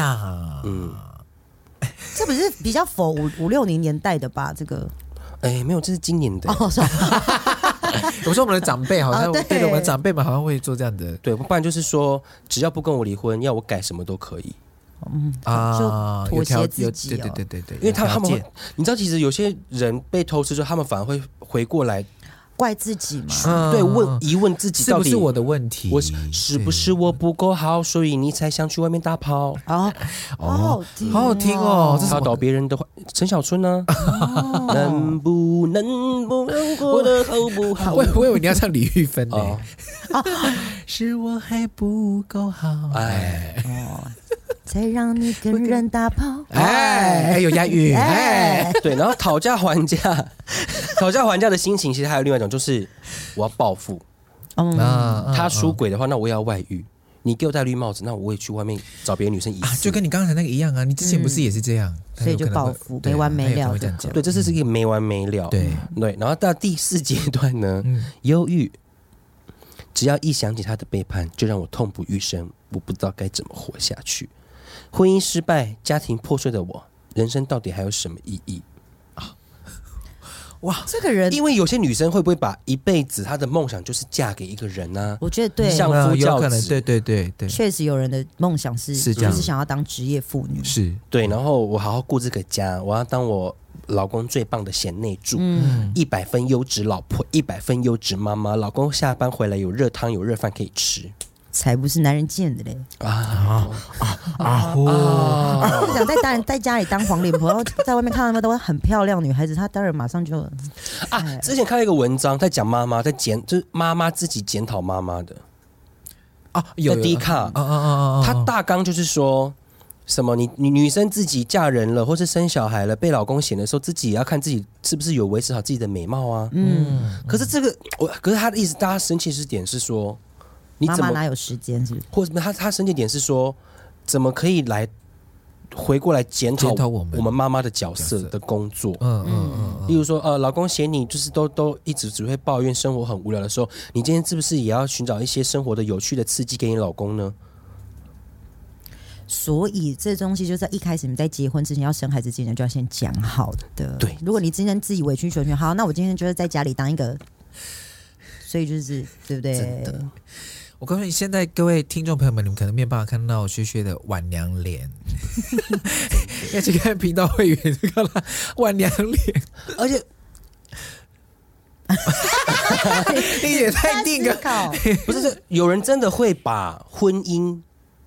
[SPEAKER 3] 这不是比较否5-60年代的吧？这个，
[SPEAKER 1] 没有，这是今年的。
[SPEAKER 2] 我说我们的长辈好像，对我们的长辈们好像会做这样的，
[SPEAKER 1] 对，不然就是说，只要不跟我离婚，要我改什么都可以。
[SPEAKER 3] 就妥协自己，
[SPEAKER 2] 对，
[SPEAKER 1] 因为他们会，你知道，其实有些人被偷吃之后，他们反而会回过来
[SPEAKER 3] 怪自己嘛？
[SPEAKER 1] 对，疑问自己到底
[SPEAKER 2] 是不是我的问题？
[SPEAKER 1] 是不是我不够好，所以你才想去外面大炮？
[SPEAKER 3] 好好
[SPEAKER 2] 听哦！
[SPEAKER 1] 插倒别人的话，陈小春呢？能不能过得好不好？
[SPEAKER 2] 我以为你要唱李玉芬呢。是我还不够好，
[SPEAKER 3] 才让你跟人打炮，
[SPEAKER 2] 有押韵，
[SPEAKER 1] 对，然后讨价还价的心情，其实还有另外一种，就是我要报复。他出轨的话，那我也要外遇。你给我戴绿帽子，那我也去外面找别的女生一次，
[SPEAKER 2] 就跟你刚才那个一样啊！你之前不是也是这样，
[SPEAKER 3] 所以就报复没完没了的。
[SPEAKER 1] 对，这是一个没完没了。对，然后到第4阶段呢，忧郁。只要一想起他的背叛，就让我痛不欲生，我不知道该怎么活下去。婚姻失败，家庭破碎的我，人生到底还有什么意义啊？
[SPEAKER 3] 哇，这个人，
[SPEAKER 1] 因为有些女生会不会把一辈子她的梦想就是嫁给一个人呢？
[SPEAKER 3] 我觉得对，
[SPEAKER 1] 相夫教子，
[SPEAKER 2] 对，
[SPEAKER 3] 确实有人的梦想是就是想要当职业妇女，
[SPEAKER 2] 是
[SPEAKER 1] 对，然后我好好顾这个家，我要当我老公最棒的贤内助，100分优质老婆，100分优质妈妈，老公下班回来有热汤有热饭可以吃。
[SPEAKER 3] 才不是男人贱的嘞！我想在家里当黄脸婆，然后在外面看到他们都很漂亮女孩子，她当然马上就
[SPEAKER 1] 之前看了一个文章，在讲妈妈就是妈妈自己检讨妈妈的。
[SPEAKER 2] 有
[SPEAKER 1] 低卡，他大纲就是说什么你女生自己嫁人了，或是生小孩了，被老公嫌的时候，自己也要看自己是不是有维持好自己的美貌啊。可是可是他的意思，大家生气是点是说，你怎么
[SPEAKER 3] 妈妈哪有时间是不是？
[SPEAKER 1] 或者他生气点是说，怎么可以来回过来检讨我们妈妈的角色的工作？例如说，老公嫌你就是都一直只会抱怨生活很无聊的时候，你今天是不是也要寻找一些生活的有趣的刺激给你老公呢？
[SPEAKER 3] 所以这东西就在一开始你在结婚之前要生孩子之前就要先讲好的。
[SPEAKER 1] 对，
[SPEAKER 3] 如果你今天自己委曲求全，好，那我今天就是在家里当一个，所以就是对不对？
[SPEAKER 2] 真的，我告诉你，现在各位听众朋友们，你们可能没有办法看到薛薛的晚娘脸，要去看频道会员就看到晚娘脸，
[SPEAKER 1] 而且
[SPEAKER 2] 你也太定了，
[SPEAKER 1] 不是有人真的会把婚姻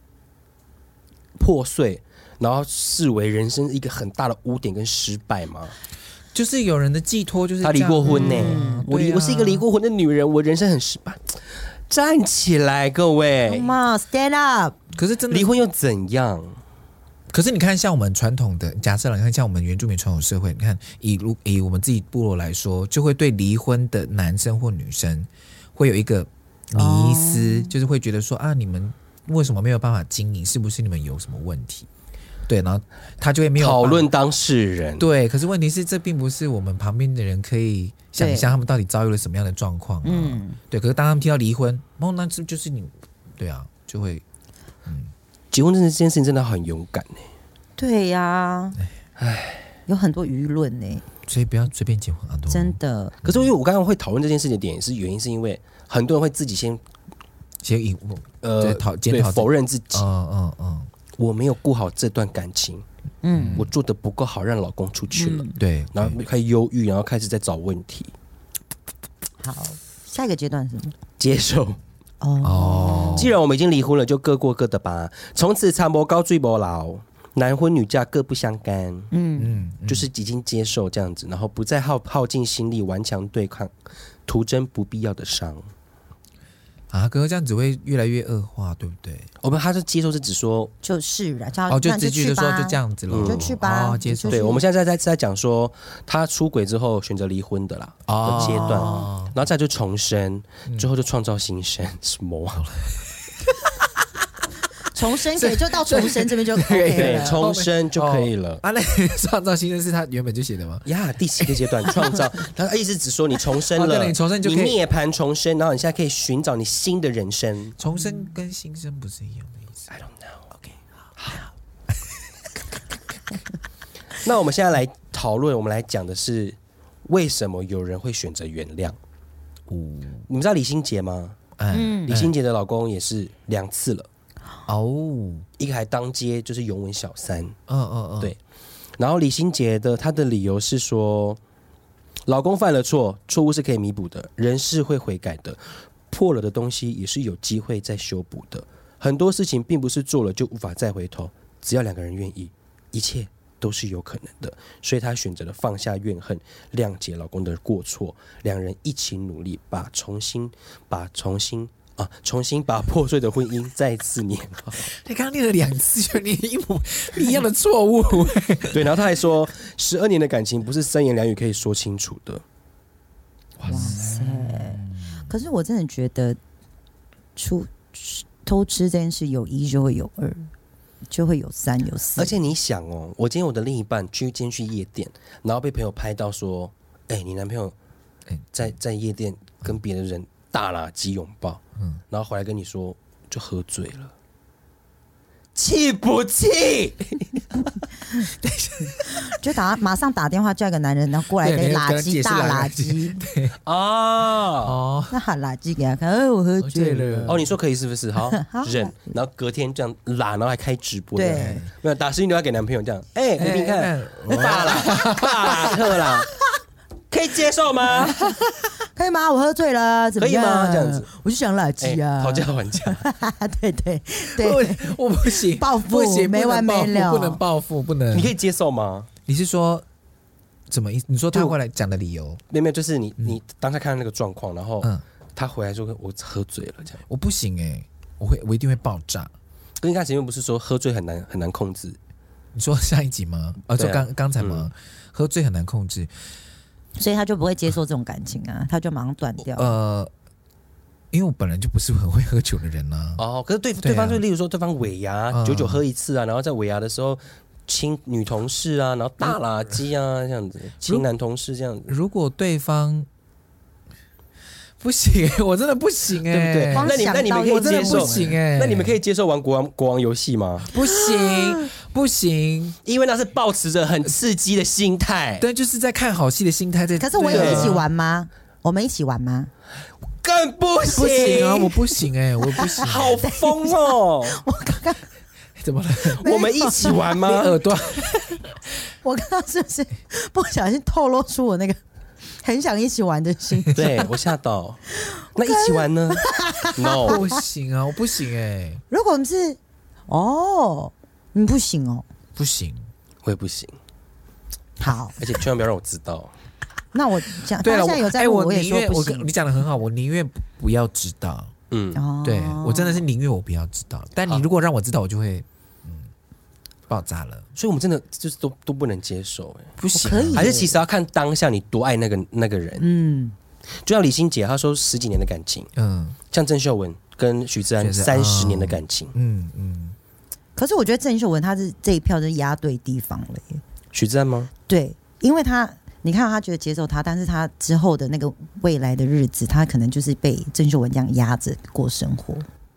[SPEAKER 1] 破碎，然后视为人生一个很大的污点跟失败吗？
[SPEAKER 2] 就是有人的寄托就是
[SPEAKER 1] 他离过婚呢，我是一个离过婚的女人，我人生很失败。站起来，各位
[SPEAKER 3] ，Come on, stand up。
[SPEAKER 2] 可是真的
[SPEAKER 1] 离婚又怎样？
[SPEAKER 2] 可是你看，像我们传统的假设了，你看像我们原住民传统社会，你看以我们自己部落来说，就会对离婚的男生或女生会有一个迷思，就是会觉得说啊，你们为什么没有办法经营？是不是你们有什么问题？对，然后他就会没有
[SPEAKER 1] 讨论当事人。
[SPEAKER 2] 对，可是问题是，这并不是我们旁边的人可以想象他们到底遭遇了什么样的状况。对。可是当他们听到离婚，那是就是你，对啊，就会，
[SPEAKER 1] 结婚这件事情真的很勇敢呢。
[SPEAKER 3] 对呀，有很多舆论呢，
[SPEAKER 2] 所以不要随便结婚啊，
[SPEAKER 3] 真的。
[SPEAKER 1] 可是因为我刚刚会讨论这件事情的点原因是因为很多人会自己先否认自己。我没有顾好这段感情，我做的不够好，让老公出去了，
[SPEAKER 2] 对，
[SPEAKER 1] 然后开始忧郁，然后开始在找问题。
[SPEAKER 3] 好，下一个阶段是什么？
[SPEAKER 1] 接受。既然我们已经离婚了，就各过各的吧。从此长波高追波老，男婚女嫁各不相干。就是已经接受这样子，然后不再耗尽心力顽强对抗，徒增不必要的伤。
[SPEAKER 2] 可是这样只会越来越恶化，对不对？
[SPEAKER 1] 他是接受是指说
[SPEAKER 3] 就是啦，
[SPEAKER 2] 就直接就说就这样子了，
[SPEAKER 3] 你就去吧，
[SPEAKER 2] 接受。
[SPEAKER 1] 对，我们现在在讲说他出轨之后选择离婚的啦的阶段，然后再就重生，之后就创造新生，什么啊？
[SPEAKER 3] 重生可以，就到重生这边就可以了，
[SPEAKER 1] 对，重生就可以了。
[SPEAKER 2] 那创造新生是他原本就写的吗？
[SPEAKER 1] 第7个阶段创造，他意思只说你重生了，
[SPEAKER 2] 你重生就可以，
[SPEAKER 1] 你涅槃重生，然后你现在可以寻找你新的人生。
[SPEAKER 2] 重生跟新生不是一样的意思
[SPEAKER 1] ？I don't know. OK， 好。那我们现在来讨论，我们来讲的是为什么有人会选择原谅。你们知道李心洁吗？李心洁的老公也是2次了。一个还当街就是拥吻小三。对。然后李心洁她的理由是说，老公犯了错，错误是可以弥补的，人是会悔改的，破了的东西也是有机会再修补的。很多事情并不是做了就无法再回头，只要2个人愿意，一切都是有可能的。所以她选择了放下怨恨，谅解老公的过错，2人一起努力，重新把破碎的婚姻再次粘好。
[SPEAKER 2] 你刚刚念了2次，就念一模一样的错误。
[SPEAKER 1] 对，然后他还说，12年的感情不是3言2语可以说清楚的。
[SPEAKER 3] 哇塞！可是我真的觉得，偷吃这件事有1就会有2，就会有3有4。
[SPEAKER 1] 而且你想哦，我今天我的另一半今天去夜店，然后被朋友拍到说，你男朋友在夜店跟别的人大垃圾拥抱，然后回来跟你说就喝醉了，气不气？
[SPEAKER 3] 就马上打电话叫一个男人，然后过来给垃圾大垃圾。那喊垃圾给他看，我喝醉了。
[SPEAKER 1] 你说可以是不是？好，忍，然后隔天这样拉，然后还开直播。
[SPEAKER 3] 对，
[SPEAKER 1] 没有打视频电话给男朋友这样，你看，爸啦，喝啦。可以接受吗？
[SPEAKER 3] 可以吗？我喝醉了，怎么样？
[SPEAKER 1] 可以吗？这样子，
[SPEAKER 3] 我就想垃圾啊，
[SPEAKER 1] 讨价还价。
[SPEAKER 3] 对，
[SPEAKER 2] 我不行，
[SPEAKER 3] 报复没完没了，
[SPEAKER 2] 不能报复，不能。
[SPEAKER 1] 你可以接受吗？
[SPEAKER 2] 你是说怎么意思？你说他过来讲的理由？
[SPEAKER 1] 没有，就是你当他看到那个状况，然后他回来说我喝醉了这样，
[SPEAKER 2] 我不行我一定会爆炸。
[SPEAKER 1] 跟一开始因为不是说喝醉很难控制？
[SPEAKER 2] 你说上一集吗？就刚才吗？喝醉很难控制，
[SPEAKER 3] 所以他就不会接受这种感情啊，他就马上断掉。
[SPEAKER 2] 因为我本来就不是很会喝酒的人啊。
[SPEAKER 1] 可是对方就例如说对方尾牙久喝一次啊，然后在尾牙的时候亲女同事啊，然后大垃圾啊这样子，亲男同事这样子。
[SPEAKER 2] 如果对方不行，我真的不行对
[SPEAKER 1] 不对？那你们可以接受？
[SPEAKER 2] 不行
[SPEAKER 1] 那你们可以接受玩国王游戏吗？
[SPEAKER 2] 不行，不行，
[SPEAKER 1] 因为那是抱持着很刺激的心态。
[SPEAKER 2] 对，就是在看好戏的心态。
[SPEAKER 3] 可是我有一起玩吗？我们一起玩吗？
[SPEAKER 1] 更不行！
[SPEAKER 2] 不行啊，我不行我不行，
[SPEAKER 1] 好疯哦！
[SPEAKER 3] 我刚刚
[SPEAKER 2] 怎么了？
[SPEAKER 1] 我们一起玩吗？
[SPEAKER 2] 你耳朵，
[SPEAKER 3] 我刚刚是不是不小心透露出我那个很想一起玩的心？
[SPEAKER 1] 对我吓到。那一起玩呢 ？No，
[SPEAKER 2] 不行啊，我不行
[SPEAKER 3] 如果我们是你不行哦，
[SPEAKER 2] 不行，
[SPEAKER 1] 我也不行。
[SPEAKER 3] 好，
[SPEAKER 1] 而且千万不要让我知道。
[SPEAKER 3] 那我讲，
[SPEAKER 2] 对了，
[SPEAKER 3] 现在有在问我也说不行。
[SPEAKER 2] 你讲的很好，我宁愿不要知道。对我真的是宁愿我不要知道。但你如果让我知道，我就会爆炸了。
[SPEAKER 1] 所以我们真的就是都不能接受
[SPEAKER 2] 不行。
[SPEAKER 3] 可以，
[SPEAKER 1] 还是其实要看当下你多爱那个人。就像李心洁她说10几年的感情，像郑秀文跟许志安30年的感情，
[SPEAKER 3] 可是我觉得郑秀文她是这一票就压对地方了耶。
[SPEAKER 1] 许志安吗？
[SPEAKER 3] 对，因为你看他觉得接受他，但是他之后的那个未来的日子，他可能就是被郑秀文这样压着过生活。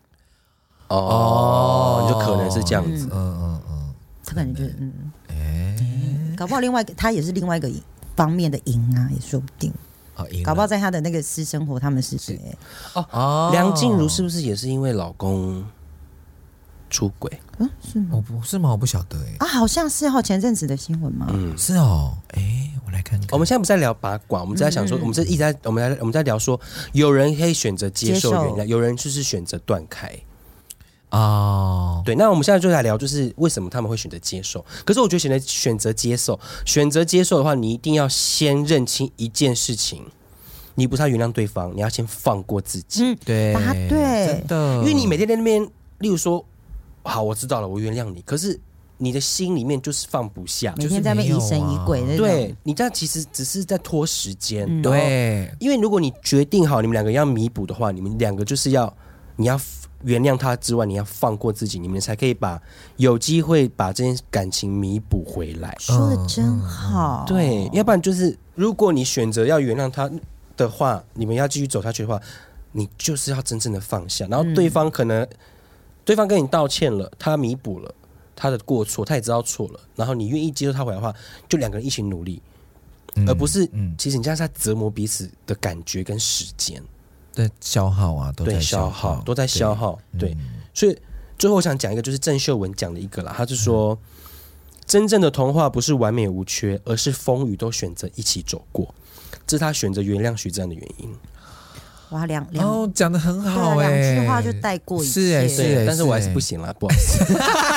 [SPEAKER 1] 你就可能是这样子。
[SPEAKER 3] 他可能就是搞不好他也是另外一个方面的赢啊，也说不定。搞不好在他的那个私生活，他们是谁？
[SPEAKER 1] 梁静茹是不是也是因为老公出轨？
[SPEAKER 2] 是吗？我不晓得
[SPEAKER 3] 好像是前阵子的新闻嘛。
[SPEAKER 2] 是我来看看。
[SPEAKER 1] 我们现在不是在聊八卦，我们在想说，我们一直在我们在聊说，有人可以选择接受原谅，有人就是选择断开。对，那我们现在就来聊，就是为什么他们会选择接受？可是我觉得选择接受的话，你一定要先认清一件事情，你不是要原谅对方，你要先放过自己。
[SPEAKER 2] 对，
[SPEAKER 3] 真
[SPEAKER 2] 的，
[SPEAKER 1] 因为你每天在那边，例如说。好，我知道了，我原谅你。可是你的心里面就是放不下，
[SPEAKER 3] 每天在那边疑神疑鬼的。
[SPEAKER 1] 对，你这样其实只是在拖时间。
[SPEAKER 2] 对，
[SPEAKER 1] 因为如果你决定好你们两个要弥补的话，你们两个就是你要原谅他之外，你要放过自己，你们才可以有机会把这件感情弥补回来。
[SPEAKER 3] 说的真好。
[SPEAKER 1] 对，要不然就是如果你选择要原谅他的话，你们要继续走下去的话，你就是要真正的放下，然后对方跟你道歉了，他弥补了他的过错，他也知道错了，然后你愿意接受他回来的话，就两个人一起努力，而不是其实你这样是在折磨彼此的感觉跟时间，
[SPEAKER 2] 对，消耗啊，都在消耗，
[SPEAKER 1] 对，所以最后我想讲一个，就是郑秀文讲的一个啦，他就说，真正的童话不是完美无缺，而是风雨都选择一起走过，这是他选择原谅许志安的原因。
[SPEAKER 3] 哇，
[SPEAKER 2] 讲得很好
[SPEAKER 3] 两句话就带过一切，
[SPEAKER 1] 是但是我还是不行啦，不好意思。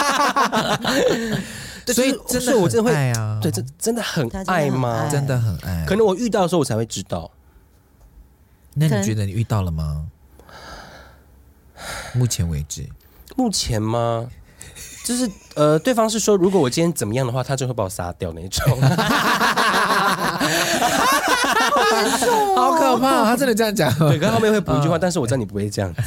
[SPEAKER 1] 所以真的我真的会
[SPEAKER 2] 爱啊，
[SPEAKER 1] 对，这真的很爱吗？
[SPEAKER 2] 真的很爱。
[SPEAKER 1] 可能我遇到的时候我才会知道。
[SPEAKER 2] 那你觉得你遇到了吗？目前为止，
[SPEAKER 1] 目前吗？就是对方是说，如果我今天怎么样的话，他就会把我杀掉那种。
[SPEAKER 2] 好可怕！他真的这样讲。
[SPEAKER 1] 对，跟后面会补一句话，但是我知道你不会这样子。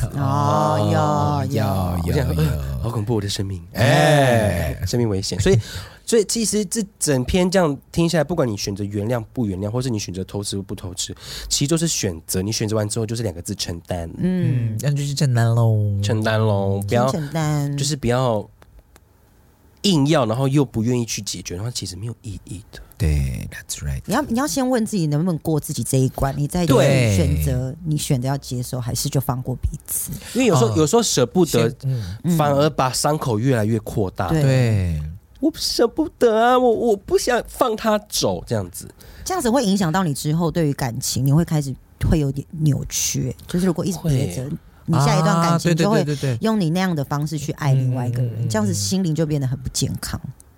[SPEAKER 1] 好恐怖！我的生命，生命危险。所以其实这整篇这样听下来，不管你选择原谅不原谅，或是你选择偷吃不偷吃，其实都是选择。你选择完之后，就是2个字：承担。
[SPEAKER 2] 那就是承担喽，
[SPEAKER 1] 承担喽，不要
[SPEAKER 3] 承担，
[SPEAKER 1] 就是不要硬要，然后又不愿意去解决的话，其实没有意义的。
[SPEAKER 2] 对 ，That's right。
[SPEAKER 3] 你要先问自己能不能过自己这一关，你再选择你选择要接受，还是就放过彼此。
[SPEAKER 1] 因为有时候舍不得，反而把伤口越来越扩大。
[SPEAKER 2] 对，
[SPEAKER 1] 我舍不得啊，我不想放他走，这样子
[SPEAKER 3] 会影响到你之后对于感情，你会开始会有点扭曲。就是如果一直憋着，你下一段感情就会用你那样的方式去爱另外一个人，这样子心灵就变得很不健康。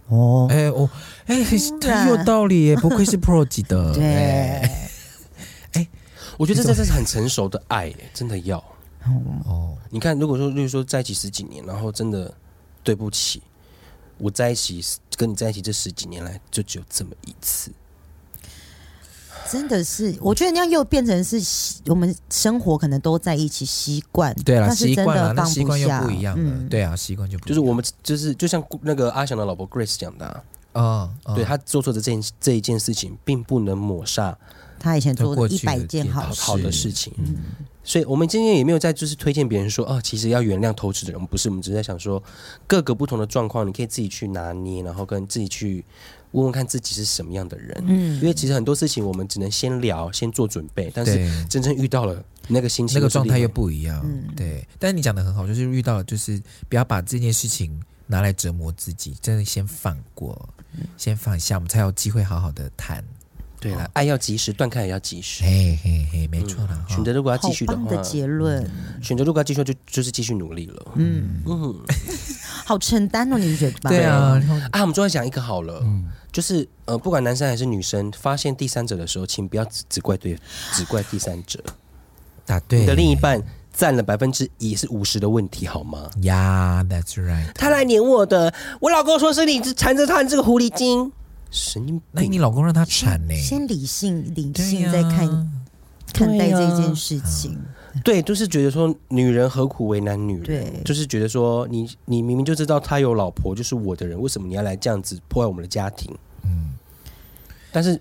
[SPEAKER 2] 很有道理耶，不愧是 Pro 级的。
[SPEAKER 3] 对，
[SPEAKER 1] 我觉得这是很成熟的爱，真的要。 你看，如果说，例如说在一起10几年，然后真的对不起，我在一起跟你在一起这10几年来，就只有这么一次。
[SPEAKER 3] 真的是，我觉得那样又变成是我们生活可能都在一起习惯，
[SPEAKER 2] 对啦，
[SPEAKER 3] 但是真的放
[SPEAKER 2] 习惯又
[SPEAKER 3] 不下，
[SPEAKER 2] 不一样了，对啊，习惯就不一样，
[SPEAKER 1] 就是我们就像那个阿翔的老婆 Grace 讲的对他做错的这一件事情，并不能抹煞
[SPEAKER 3] 他以前做的100件
[SPEAKER 1] 好的事情。所以我们今天也没有在就是推荐别人说其实要原谅偷吃的人，不是，我们只是在想说各个不同的状况，你可以自己去拿捏，然后跟自己去问问看自己是什么样的人。因为其实很多事情我们只能先聊，先做准备，但是真正遇到了那个心情、
[SPEAKER 2] 那个状态又不一样。对，但是你讲的很好，就是遇到了，就是不要把这件事情拿来折磨自己，真的先放过，先放下，我们才有机会好好的谈。
[SPEAKER 1] 对了，爱要及时，断开也要及时。
[SPEAKER 2] 没错啦。
[SPEAKER 1] 选择如果要继续的话，
[SPEAKER 3] 好棒的结论。
[SPEAKER 1] 选择如果要继续，就是继续努力了。
[SPEAKER 3] 好承担哦，你觉得吧？
[SPEAKER 2] 对啊。
[SPEAKER 1] 我们最后讲一个好了，就是不管男生还是女生，发现第三者的时候，请不要只怪第三者。
[SPEAKER 2] 对，
[SPEAKER 1] 你的另一半占了50%的问题，好吗
[SPEAKER 2] ？Yeah, that's right。
[SPEAKER 1] 他来黏我的，我老公说是你缠着他，你这个狐狸精。神经病！
[SPEAKER 2] 那你老公让他缠呢？
[SPEAKER 3] 先理性再看待这件事情。
[SPEAKER 1] 对，就是觉得说女人何苦为难女人？对，就是觉得说你明明就知道他有老婆，就是我的人，为什么你要来这样子破坏我们的家庭？但是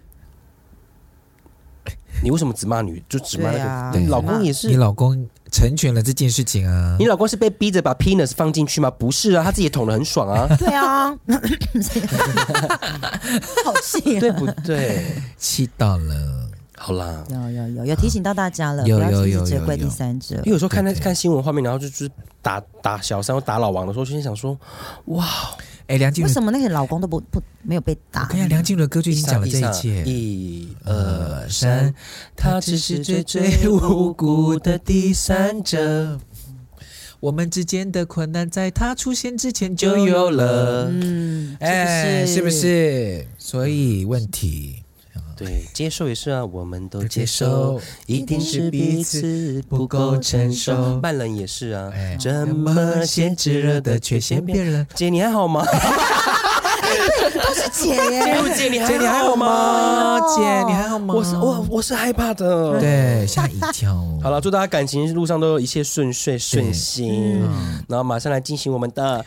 [SPEAKER 1] 你为什么只骂就只骂那个？你老公也是，
[SPEAKER 2] 你老公成全了这件事情啊！
[SPEAKER 1] 你老公是被逼着把 penis 放进去吗？不是啊，他自己也捅得很爽啊。
[SPEAKER 3] 对啊，好气啊！
[SPEAKER 1] 对不对？
[SPEAKER 2] 气到了。
[SPEAKER 1] 好啦，
[SPEAKER 3] 有提醒到大家了，不要轻易责怪第三者。
[SPEAKER 1] 因为有时候看新闻画面，然后就是打小三或打老王的时候，就想说，哇，
[SPEAKER 2] 梁静茹
[SPEAKER 3] 为什么那个老公都没有被打？
[SPEAKER 2] 我跟你讲，梁静茹的歌就已经讲了这一切。
[SPEAKER 1] 1、2、3，他只是最无辜的第三者。
[SPEAKER 2] 我们之间的困难在他出现之前就有了，是不是？所以问题。
[SPEAKER 1] 对，接受也是啊，我们都接受，一定是彼此不够成熟。慢人也是啊，这么先炙热的却嫌别人。姐，你还好吗？
[SPEAKER 3] 对，都是姐耶。
[SPEAKER 1] 姐，你还好吗？
[SPEAKER 2] 姐，你还好吗？
[SPEAKER 1] 我是害怕的，
[SPEAKER 2] 对，吓一跳。
[SPEAKER 1] 好了，祝大家感情路上都有一切顺心。然后马上来进行我们的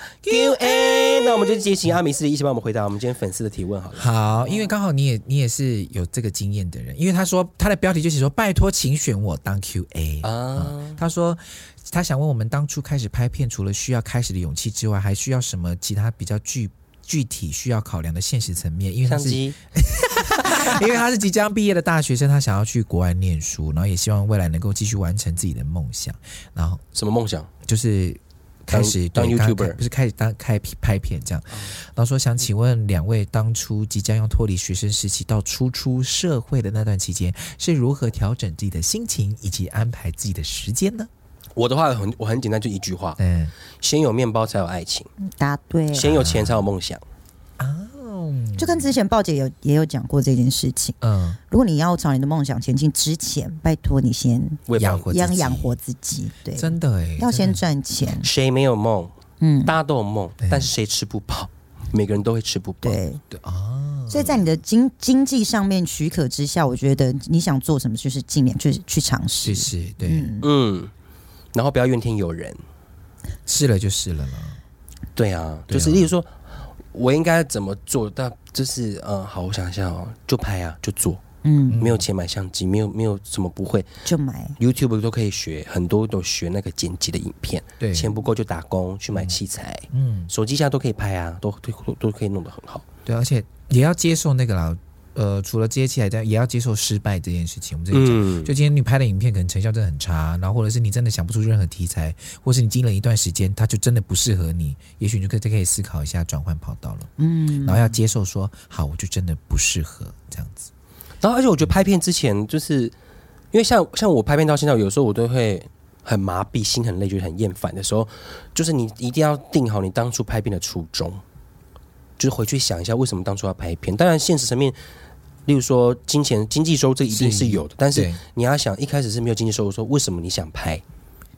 [SPEAKER 1] Q&A。那我们就接请阿米斯一起帮我们回答我们今天粉丝的提问好了。
[SPEAKER 2] 好，因为刚好你也是有这个经验的人，因为他说他的标题就写说拜托请选我当 Q&A 他说他想问我们当初开始拍片，除了需要开始的勇气之外，还需要什么其他比较具体需要考量的现实层面？因为他是因为他是即将毕业的大学生，他想要去国外念书，然后也希望未来能够继续完成自己的梦想。然后
[SPEAKER 1] 什么梦想？
[SPEAKER 2] 就是开始
[SPEAKER 1] 当 YouTuber，
[SPEAKER 2] 不是开始拍片这样。然后说想请问两位，当初即将要脱离学生时期到初出社会的那段期间，是如何调整自己的心情以及安排自己的时间呢？
[SPEAKER 1] 我的话我很简单，就一句话，先有面包才有爱情。
[SPEAKER 3] 答对。
[SPEAKER 1] 先有钱才有梦想。
[SPEAKER 3] 就跟之前鲍姐也有讲过这件事情。如果你要朝你的梦想前进之前，拜托你先养活自己。对，
[SPEAKER 2] 真的耶，
[SPEAKER 3] 要先赚钱。
[SPEAKER 1] 谁没有梦？大家都有梦，但是谁吃不饱？每个人都会吃不饱。
[SPEAKER 3] 对所以在你的经济上面许可之下，我觉得你想做什么，就是尽量去尝试。
[SPEAKER 2] 是，对，
[SPEAKER 1] 然后不要怨天尤人，
[SPEAKER 2] 试了就试了。
[SPEAKER 1] 对啊，就是例如说。我应该怎么做？但就是好，我想一下就拍啊，就做。没有钱买相机，没有什么不会
[SPEAKER 3] 就买。
[SPEAKER 1] YouTube 都可以学，很多都学那个剪辑的影片。对，钱不够就打工去买器材。手机现在都可以拍啊，都可以弄得很好。对，
[SPEAKER 2] 而且也要接受那个啦。除了这些器材，也要接受失败这件事情。我们之前讲，就今天你拍的影片可能成效真的很差，然后或者是你真的想不出任何题材，或是你经了一段时间，它就真的不适合你，也许你就可以思考一下转换跑道了。然后要接受说，好，我就真的不适合这样子。
[SPEAKER 1] 然后而且我觉得拍片之前，就是因为像我拍片到现在，有时候我都会很麻痹，心很累，觉得很厌烦的时候，就是你一定要定好你当初拍片的初衷，就是回去想一下为什么当初要拍片。当然现实层面。例如说经济收入这一定是有的，但是你要想一开始是没有经济收入的时候，为什么你想拍？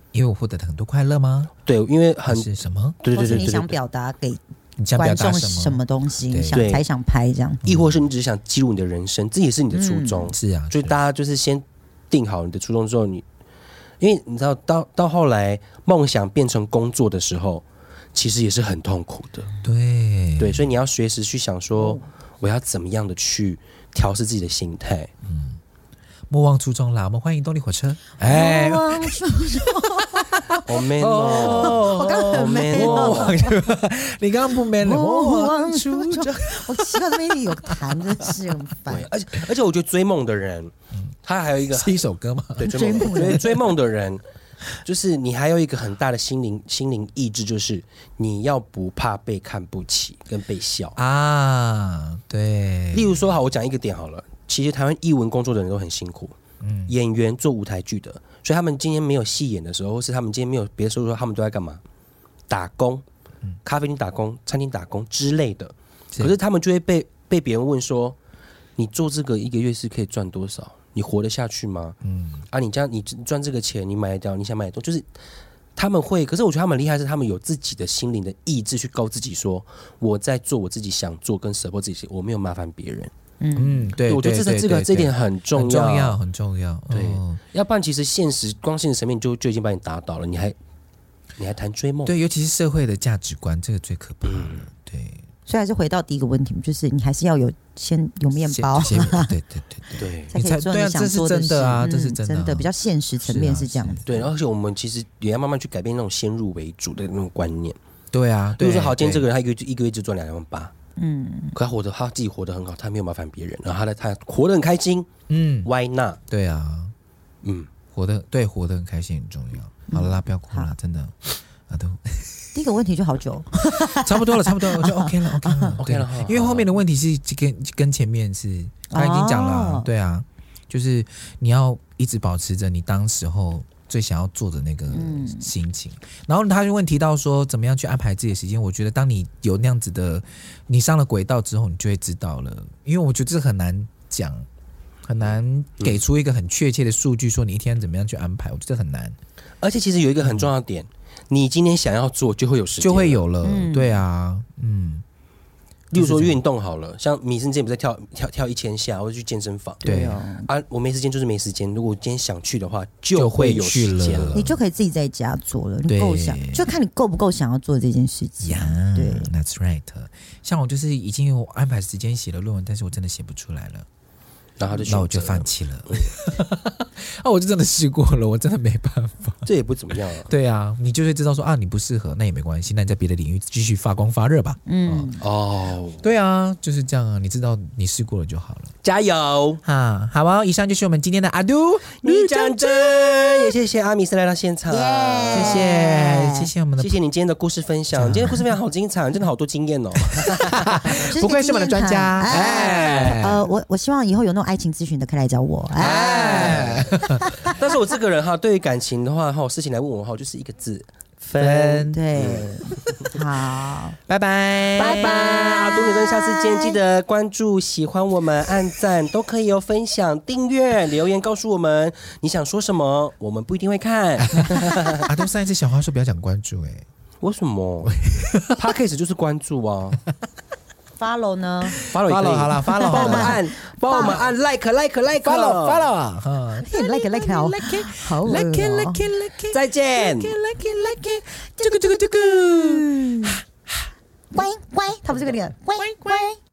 [SPEAKER 2] 因为我获得了很多快乐吗？
[SPEAKER 1] 对，因为
[SPEAKER 2] 是什么？
[SPEAKER 1] 对，
[SPEAKER 3] 或是你想表达给
[SPEAKER 2] 你想表达
[SPEAKER 3] 什么东西，
[SPEAKER 1] 对
[SPEAKER 3] 才想拍这样，
[SPEAKER 1] 亦或是你只是想记录你的人生，这也是你的初衷。
[SPEAKER 2] 是啊，
[SPEAKER 1] 所以大家就是先定好你的初衷之后，因为你知道到后来梦想变成工作的时候，其实也是很痛苦的。对，所以你要随时去想说，我要怎么样的去调试自己的心态。
[SPEAKER 2] 莫忘初衷啦！我们欢迎动力火车。
[SPEAKER 3] 莫忘初衷。
[SPEAKER 1] 好 man 哦！
[SPEAKER 3] 我刚刚很 man
[SPEAKER 2] 哦，你刚刚不 man 了。
[SPEAKER 3] 莫忘初衷，我奇怪这边有弹，真是很烦。
[SPEAKER 1] 而且我觉得追梦的人，他还有一个
[SPEAKER 2] 是一首歌吗？
[SPEAKER 1] 对，追梦的人，就是你还有一个很大的心灵意志，就是你要不怕被看不起跟被笑
[SPEAKER 2] 啊。对，
[SPEAKER 1] 例如说，好，我讲一个点好了。其实台湾艺文工作的人都很辛苦，演员做舞台剧的，所以他们今天没有戏演的时候，或是他们今天没有别的收入，他们都在干嘛？打工，咖啡厅打工、餐厅打工之类的。可是他们就会被别人问说：“你做这个一个月是可以赚多少？你活得下去吗？”你赚这个钱，你买得掉？你想买的东西，就是他们会。可是我觉得他们厉害是，他们有自己的心灵的意志去告自己说：“我在做我自己想做跟support自己，我没有麻烦别人。”
[SPEAKER 2] 对，
[SPEAKER 1] 我觉得这点很重要，
[SPEAKER 2] 很重要。
[SPEAKER 1] 对，要不然其实光现实层面就已经把你打倒了，你还谈追梦？
[SPEAKER 2] 对，尤其是社会的价值观，这个最可怕了。对，
[SPEAKER 3] 所以还是回到第一个问题，就是你还是要先有面包，
[SPEAKER 2] 对，
[SPEAKER 3] 才可以做你想做的事。
[SPEAKER 2] 这是真的啊，这是
[SPEAKER 3] 真的，比较现实层面是这样子。
[SPEAKER 1] 对，而且我们其实也要慢慢去改变那种先入为主的那种观念。
[SPEAKER 2] 对啊，
[SPEAKER 1] 比如说，好，今天这个人他一个月只赚2.8万。可他自己活得很好，他没有麻烦别人，然后他活得很开心。Why not？
[SPEAKER 2] 对啊，活得很开心很重要。好了啦，不要哭了，真的。
[SPEAKER 3] 第一个问题就好久，
[SPEAKER 2] 差不多了，我就 OK 了。因为后面的问题是跟前面是他已经讲了，对啊，就是你要一直保持着你当时候最想要做的那个心情，然后他就问提到说怎么样去安排自己的时间。我觉得当你有那样子的，你上了轨道之后，你就会知道了。因为我觉得这很难讲，很难给出一个很确切的数据，说你一天怎么样去安排，我觉得很难。
[SPEAKER 1] 而且其实有一个很重要的点，你今天想要做，就会有时间，
[SPEAKER 2] 就会有了。对啊，
[SPEAKER 1] 例如说运动好了，像米生之前不是跳1000下，或者去健身房。
[SPEAKER 2] 对
[SPEAKER 1] 啊，我没时间就是没时间。如果我今天想去的话，就会有时间了。
[SPEAKER 3] 你就可以自己在家做了。你够想，就看你够不够想要做这件事情。
[SPEAKER 2] 对 ，That's right。像我就是已经有安排时间写了论文，但是我真的写不出来了。
[SPEAKER 1] 然后
[SPEAKER 2] 我就放弃了。我就真的试过了，我真的没办法。
[SPEAKER 1] 这也不怎么样啊。
[SPEAKER 2] 对啊，你就会知道说你不适合，那也没关系，那你在别的领域继续发光发热吧。对啊，就是这样啊。你知道你试过了就好了，
[SPEAKER 1] 加油
[SPEAKER 2] 哈！好啊，以上就是我们今天的阿都
[SPEAKER 1] 你讲真，也谢谢阿米斯来到现场，
[SPEAKER 2] 谢谢我们的，
[SPEAKER 1] 谢谢你今天的故事分享，今天的故事分享好精彩，真的好多经验哦。
[SPEAKER 2] 不愧是我们的专家。
[SPEAKER 3] 我希望以后有那种爱情咨询的可以来找我。
[SPEAKER 1] 但是我这个人哈，对于感情的话哈，事情来问我哈，就是一个字分。
[SPEAKER 3] 对，好，
[SPEAKER 2] 拜拜，
[SPEAKER 1] 拜拜，阿都女生，下次见，记得关注、喜欢我们、按赞都可以哦，分享、订阅、留言告诉我们你想说什么，我们不一定会看。
[SPEAKER 2] 阿都上一次小花说不要讲关注，
[SPEAKER 1] 为什么？Podcast 就是关注啊。
[SPEAKER 3] follow 呢
[SPEAKER 1] ？follow 好了
[SPEAKER 2] ，follow
[SPEAKER 1] 帮我们按 like，follow
[SPEAKER 2] 啊
[SPEAKER 3] ，like 好，like，
[SPEAKER 1] 再见，
[SPEAKER 3] 这个，乖，他不是这个脸，乖。